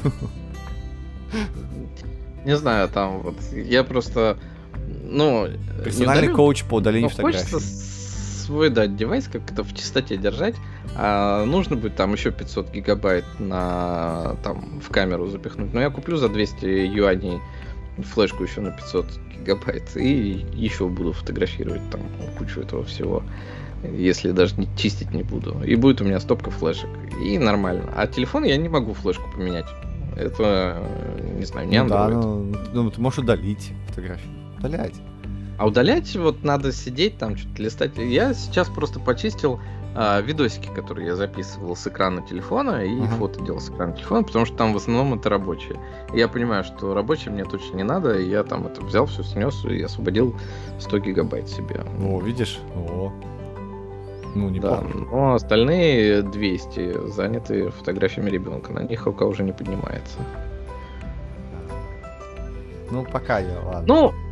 Не знаю, там вот я просто, ну... Персональный коуч по удалению ну, фотографий. Хочется свой, да, девайс как-то в чистоте держать, а нужно будет там еще пятьсот гигабайт на, там, в камеру запихнуть. Но я куплю за двести юаней флешку еще на пятьсот гигабайт и еще буду фотографировать там кучу этого всего, если даже не чистить не буду. И будет у меня стопка флешек, и нормально. А телефон я не могу флешку поменять. Это, не знаю, не ну Android. Да, ну, ну, ты можешь удалить фотографии. Удалять. А удалять вот надо сидеть там, что-то листать. Я сейчас просто почистил а, видосики, которые я записывал с экрана телефона, и uh-huh. фото делал с экрана телефона, потому что там в основном это рабочие. И я понимаю, что рабочие мне точно не надо, и я там это взял, все снес и освободил сто гигабайт себе. О, видишь? О. Ну, не да, но остальные двести заняты фотографиями ребенка. На них рука уже не поднимается. Ну, пока я, ладно. Ну,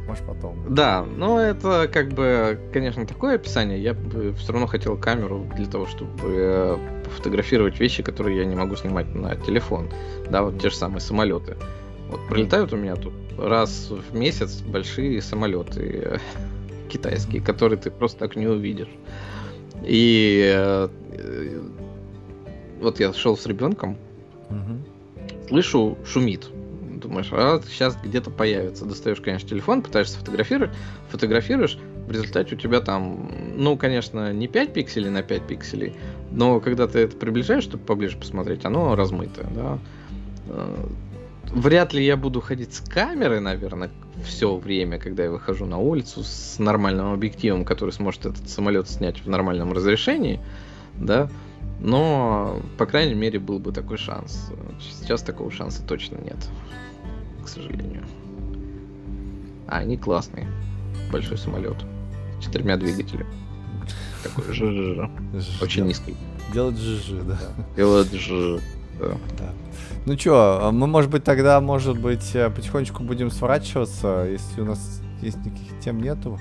Может, потом. Да, но это как бы, конечно, такое описание. Я бы все равно хотел камеру для того, чтобы фотографировать вещи, которые я не могу снимать на телефон. Да, вот те же самые самолеты. Вот прилетают у меня тут раз в месяц большие самолеты китайские, которые ты просто так не увидишь. И э, вот я шел с ребенком, угу. слышу, шумит. Думаешь, а сейчас где-то появится. Достаешь, конечно, телефон, пытаешься фотографировать, фотографируешь, в результате у тебя там, ну, конечно, не пять пикселей на пять пикселей, но когда ты это приближаешь, чтобы поближе посмотреть, оно размытое, да. Вряд ли я буду ходить с камерой, наверное, все время, когда я выхожу на улицу с нормальным объективом, который сможет этот самолет снять в нормальном разрешении, да. Но, по крайней мере, был бы такой шанс. Сейчас такого шанса точно нет, к сожалению. А они классные. Большой самолет. С четырьмя двигателями. Такой жжж. Очень низкий. Делать жжж, да. Делать жжж, да. Ну чё, мы, может быть, тогда, может быть, потихонечку будем сворачиваться, если у нас есть никаких тем нету.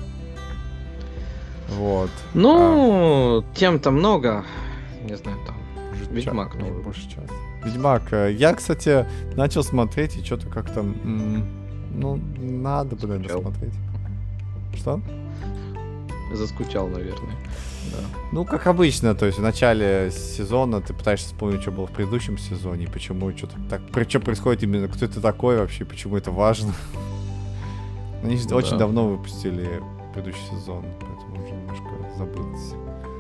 Вот. Ну, а... тем-то много. Не знаю, там. Уже Ведьмак ча... новый. Больше часа. Ведьмак. Я, кстати, начал смотреть, и что-то как-то... М- ну, надо бы, наверное, смотреть. Что? Заскучал, наверное. Да. Ну, как обычно, то есть в начале сезона ты пытаешься вспомнить, что было в предыдущем сезоне, и почему что-то так... Что происходит именно, кто это такой вообще, почему это важно. Они же да. очень давно выпустили предыдущий сезон, поэтому уже немножко забылось.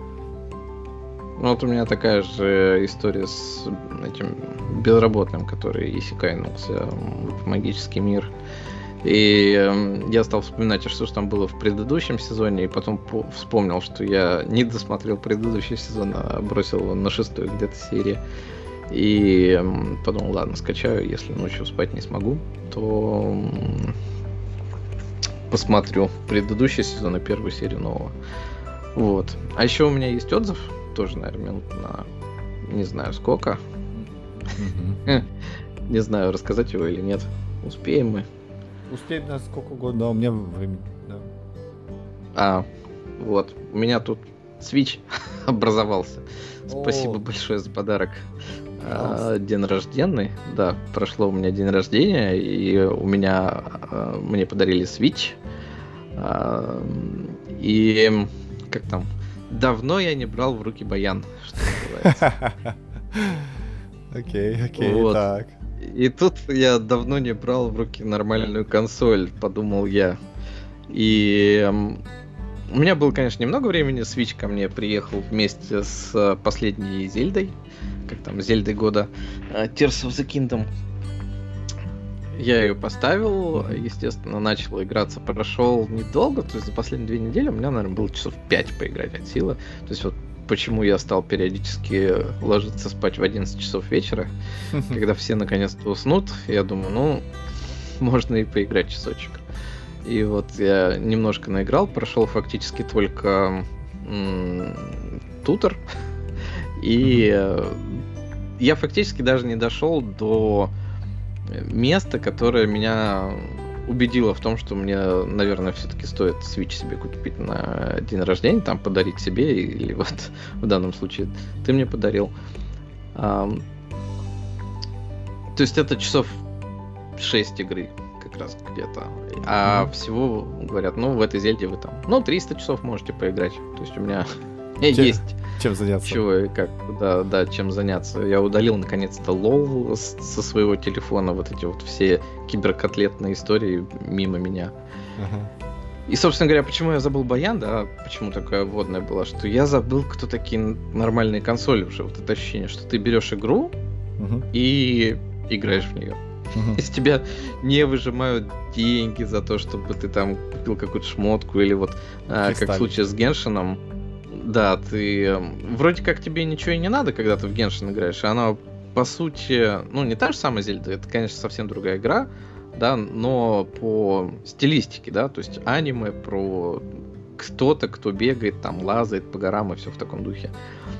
Ну вот у меня такая же история с этим безработным, который исекайнулся в магический мир. И э, я стал вспоминать, что же там было в предыдущем сезоне, и потом по- вспомнил, что я не досмотрел предыдущий сезон, а бросил его на шестую где-то серии. И э, подумал, ладно, скачаю, если ночью спать не смогу, то э, посмотрю предыдущий сезон и первую серию нового. Вот. А еще у меня есть отзыв, тоже, наверное, минут на не знаю сколько. Не знаю, рассказать его или нет. Успеем мы. Успеем на сколько угодно, да, у меня времени, да. А, вот, у меня тут Switch образовался. О. Спасибо большое за подарок. А, день рожденный, да, прошло у меня день рождения, и у меня, а, мне подарили Switch. А, и, как там, давно я не брал в руки баян, что называется. Окей, окей, так. И тут я давно не брал в руки нормальную консоль, подумал я. И эм, у меня было, конечно, немного времени. Switch ко мне приехал вместе с последней Зельдой. Как там, Зельдой года. Tears of the Kingdom. Я ее поставил, естественно, начал играться. Прошел недолго, то есть за последние две недели у меня, наверное, было часов пять поиграть от силы. То есть вот почему я стал периодически ложиться спать в одиннадцать часов вечера, когда все наконец-то уснут. Я думаю, ну, можно и поиграть часочек. И вот я немножко наиграл, прошел фактически только м- тутор. И я фактически даже не дошел до места, которое меня убедило в том, что мне, наверное, все-таки стоит Switch себе купить на день рождения, там подарить себе, или вот в данном случае ты мне подарил. А, то есть это часов шесть игры как раз где-то. А mm-hmm. всего говорят, ну в этой Зельде вы там, ну триста часов можете поиграть. То есть у меня чем, есть чем заняться. Чего и как, да, да, чем заняться. Я удалил наконец-то лол с, со своего телефона, вот эти вот все киберкотлетные истории мимо меня. Uh-huh. И, собственно говоря, почему я забыл баян, да, почему такая вводная была, что я забыл, кто такие нормальные консоли уже. Вот это ощущение, что ты берешь игру uh-huh. и играешь в нее. Uh-huh. Из тебя не выжимают деньги за то, чтобы ты там купил какую-то шмотку, или вот, а, как в случае с Геншином. Да, ты... Вроде как тебе ничего и не надо, когда ты в Геншин играешь. Она, по сути, ну, не та же самая Зельда. Это, конечно, совсем другая игра, да, но по стилистике, да, то есть аниме про кто-то, кто бегает, там, лазает по горам и все в таком духе.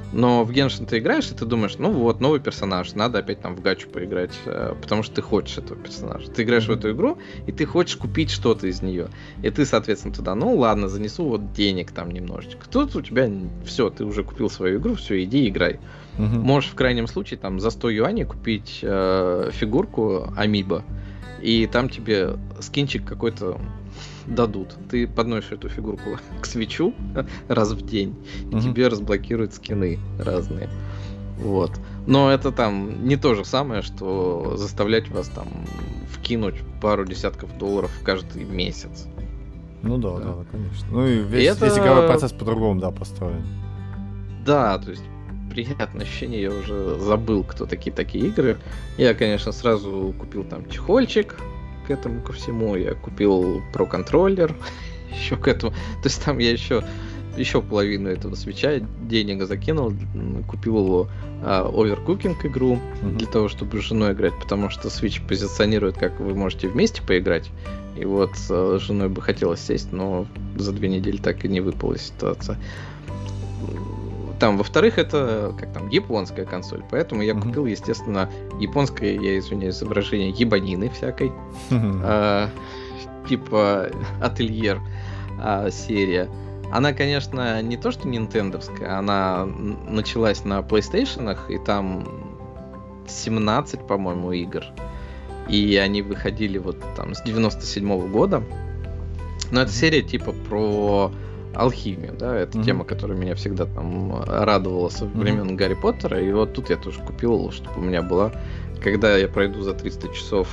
Но в Genshin ты играешь, и ты думаешь, ну вот, новый персонаж, надо опять там в гачу поиграть, потому что ты хочешь этого персонажа. Ты играешь mm-hmm. в эту игру, и ты хочешь купить что-то из нее. И ты, соответственно, туда, ну ладно, занесу вот денег там немножечко. Тут у тебя все, ты уже купил свою игру, все, иди играй. Mm-hmm. Можешь в крайнем случае там за сто юаней купить э, фигурку Амибо, и там тебе скинчик какой-то дадут. Ты подносишь эту фигурку к свитчу раз в день, и mm-hmm. тебе разблокируют скины разные. Вот. Но это там не то же самое, что заставлять вас там вкинуть пару десятков долларов каждый месяц. Ну да, да, да, конечно. Ну и весь, и это... весь игровой процесс по-другому, да, построен. Да, то есть приятное ощущение, я уже забыл, кто такие такие игры. Я, конечно, сразу купил там чехольчик к этому ко всему, я купил Pro Controller еще к этому. То есть там я еще еще половину этого свитча денег закинул, купил а, Overcooking игру mm-hmm. для того, чтобы с женой играть, потому что Switch позиционирует, как вы можете вместе поиграть. И вот с женой бы хотелось сесть, но за две недели так и не выпала ситуация. Там, во-вторых, это как там японская консоль, поэтому я mm-hmm. купил, естественно, японское, я извиняюсь, изображение ебанины всякой, mm-hmm. а, типа Ательер а, серия. Она, конечно, не то что нинтендовская, она началась на PlayStation'ах, и там семнадцать, по-моему, игр. И они выходили вот там с девяносто седьмого года. Но это серия типа про алхимию, да, это mm-hmm. тема, которая меня всегда там радовала со времен mm-hmm. Гарри Поттера. И вот тут я тоже купил, чтобы у меня была, когда я пройду за триста часов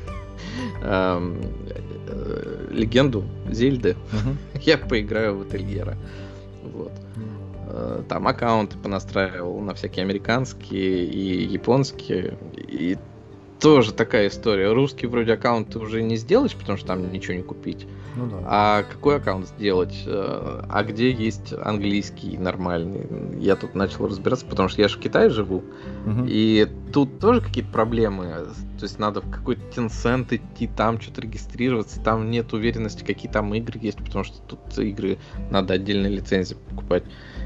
легенду Зельды, uh-huh. я поиграю в Ательера. Вот. Uh-huh. Там аккаунты понастраивал на всякие американские и японские. И тоже такая история. Русский вроде аккаунт ты уже не сделаешь, потому что там ничего не купить. Ну, да. А какой аккаунт сделать? А где есть английский нормальный? Я тут начал разбираться, потому что я же в Китае живу. Угу. И тут тоже какие-то проблемы. То есть надо в какой-то Tencent идти, там что-то регистрироваться. Там нет уверенности, какие там игры есть, потому что тут игры надо отдельные лицензии покупать.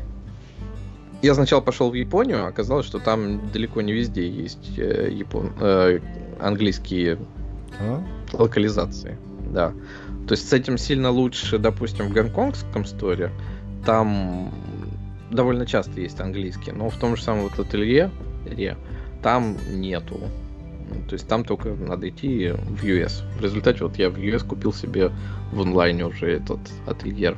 Я сначала пошел в Японию, оказалось, что там далеко не везде есть э, япон... э, английские а? локализации. Да. То есть с этим сильно лучше, допустим, в гонконгском сторе. Там довольно часто есть английский, но в том же самом вот Ателье там нету. То есть там только надо идти в ю эс. В результате вот я в ю эс купил себе в онлайне уже этот Ательер.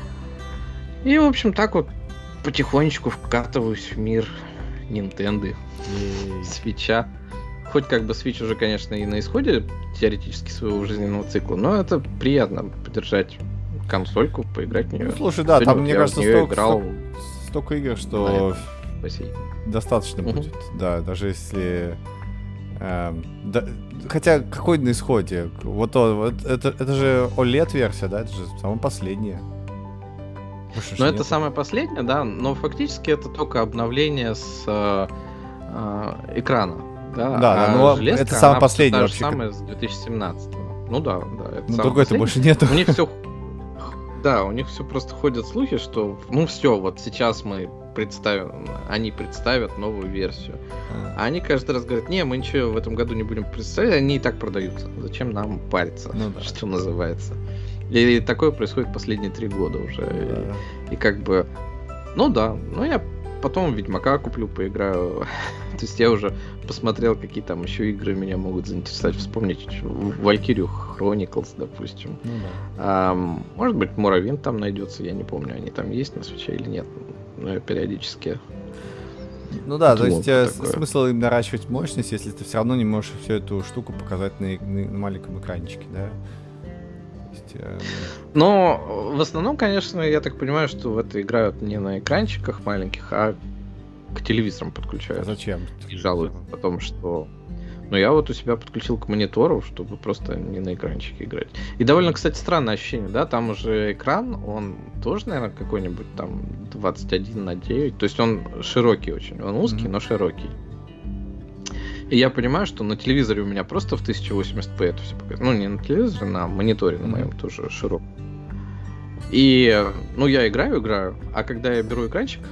И, в общем, так вот потихонечку вкатываюсь в мир Nintendo, Switch'а. Хоть как бы Switch уже, конечно, и на исходе теоретически своего жизненного цикла, но это приятно подержать консольку, поиграть в нее. Ну, слушай, да, Сегодня там, вот мне кажется, столько, играл... столько игр, что достаточно угу. будет. Да, даже если... Эм, да, хотя, какой на исходе? Вот, вот это, это же о лед-версия, да? Это же самая последняя. Ну, это самая последняя, да, но фактически это только обновление с э, э, экрана. Да, да, а но железка, это самое последнее вообще. Самое с две тысячи семнадцатого. Ну да, да. Это ну другой-то больше нету. У них все, да, у них все просто ходят слухи, что, ну все, вот сейчас мы представим, они представят новую версию. А они каждый раз говорят, не, мы ничего в этом году не будем представлять, они и так продаются. Зачем нам париться, ну, да. что называется. И такое происходит последние три года уже. Да. И, и как бы, ну да, ну я потом Ведьмака куплю, поиграю. То есть я уже посмотрел, какие там еще игры меня могут заинтересовать. Вспомнить Valkyria Chronicles, допустим. Ну, да. а, может быть, Morrowind там найдется, я не помню, они там есть на Switch или нет. Но я периодически... Ну да, то есть такое. Смысл им наращивать мощность, если ты все равно не можешь всю эту штуку показать на, на, на маленьком экранчике, да? Но в основном, конечно, я так понимаю, что в это играют не на экранчиках маленьких, а к телевизорам подключают. А зачем? И жалуются о том, что... Ну, я вот у себя подключил к монитору, чтобы просто не на экранчике играть. И довольно, кстати, странное ощущение, да? Там уже экран, он тоже, наверное, какой-нибудь там двадцать один на девять. То есть он широкий очень. Он узкий, mm-hmm. но широкий. И я понимаю, что на телевизоре у меня просто в тысяча восемьдесят пэ это все показывает. Ну, не на телевизоре, на мониторе на моем mm-hmm. тоже широком. И, ну, я играю, играю, а когда я беру экранчик,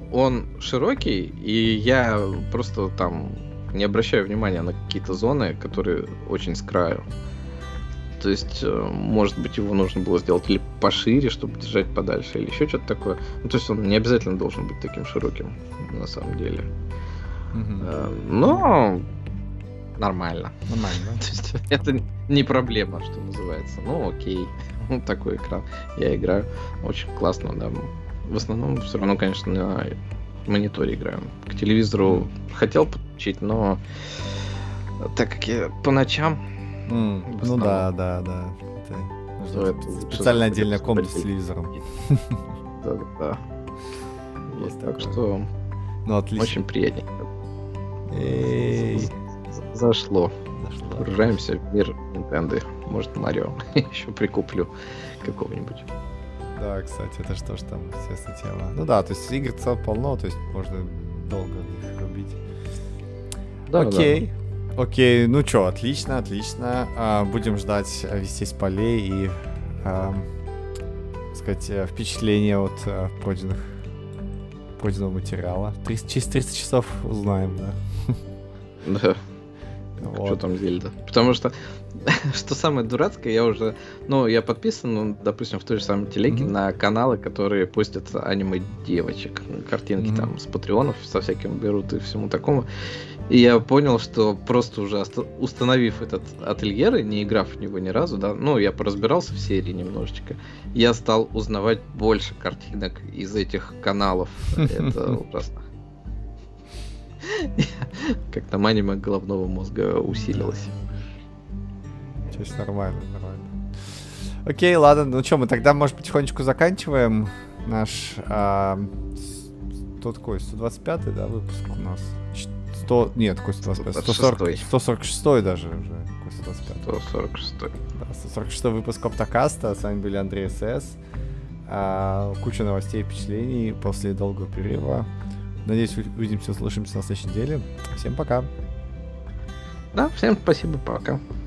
он широкий, и я просто там не обращаю внимания на какие-то зоны, которые очень с краю. То есть, может быть, его нужно было сделать или пошире, чтобы держать подальше, или еще что-то такое. Ну, то есть он не обязательно должен быть таким широким, на самом деле. Mm-hmm. Но нормально. Нормально. То есть это не проблема, что называется. Ну, окей. Ну, такой экран. Я играю. Очень классно, да. В основном все равно, конечно, на мониторе играю. К телевизору хотел подключить, но так как я по ночам... Mm, ну да, да, да. Это, это специально отдельная комната с телевизором. Да, да. Есть так что... Ну, отлично. Очень приятненько. Эй. Зашло. Зашло. Погружаемся в мир Nintendo. Может, Марио еще прикуплю какого-нибудь. Да, кстати, это что ж там интересная тема. Ну да, то есть игр цело полно, то есть можно долго их рубить. Да, окей. Да. Окей, ну чё, отлично, отлично. А, будем ждать вестей с полей и, а, так сказать, впечатления от а, пройденных, пройденного материала. триста, через триста часов узнаем, да. Да. Вот. Что там Зельда? Потому что, что самое дурацкое, я уже, ну, я подписан, ну, допустим, в той же самой телеге mm-hmm. на каналы, которые постят аниме девочек, картинки mm-hmm. там с патреонов, со всяким берут и всему такому. И я понял, что просто уже оста- установив этот ательер и не играв в него ни разу, да, ну, я поразбирался в серии немножечко, я стал узнавать больше картинок из этих каналов. Это ужасно. Как там аниме головного мозга усилилось. Сейчас нормально, нормально. Окей, ладно, ну что, мы тогда, может, потихонечку заканчиваем наш... А, сто, какой, сто двадцать пятый, да, выпуск у нас? сто, нет, какой сто двадцать пятый? сто сорок, сто сорок шестой даже уже. Какой сто двадцать пятый? сто сорок шестой. Да, сто сорок шестой выпуск Оптокаста. С вами были Андрей СС. А, куча новостей и впечатлений после долгого перерыва. Надеюсь, увидимся, услышимся на следующей неделе. Всем пока. Да, всем спасибо, пока.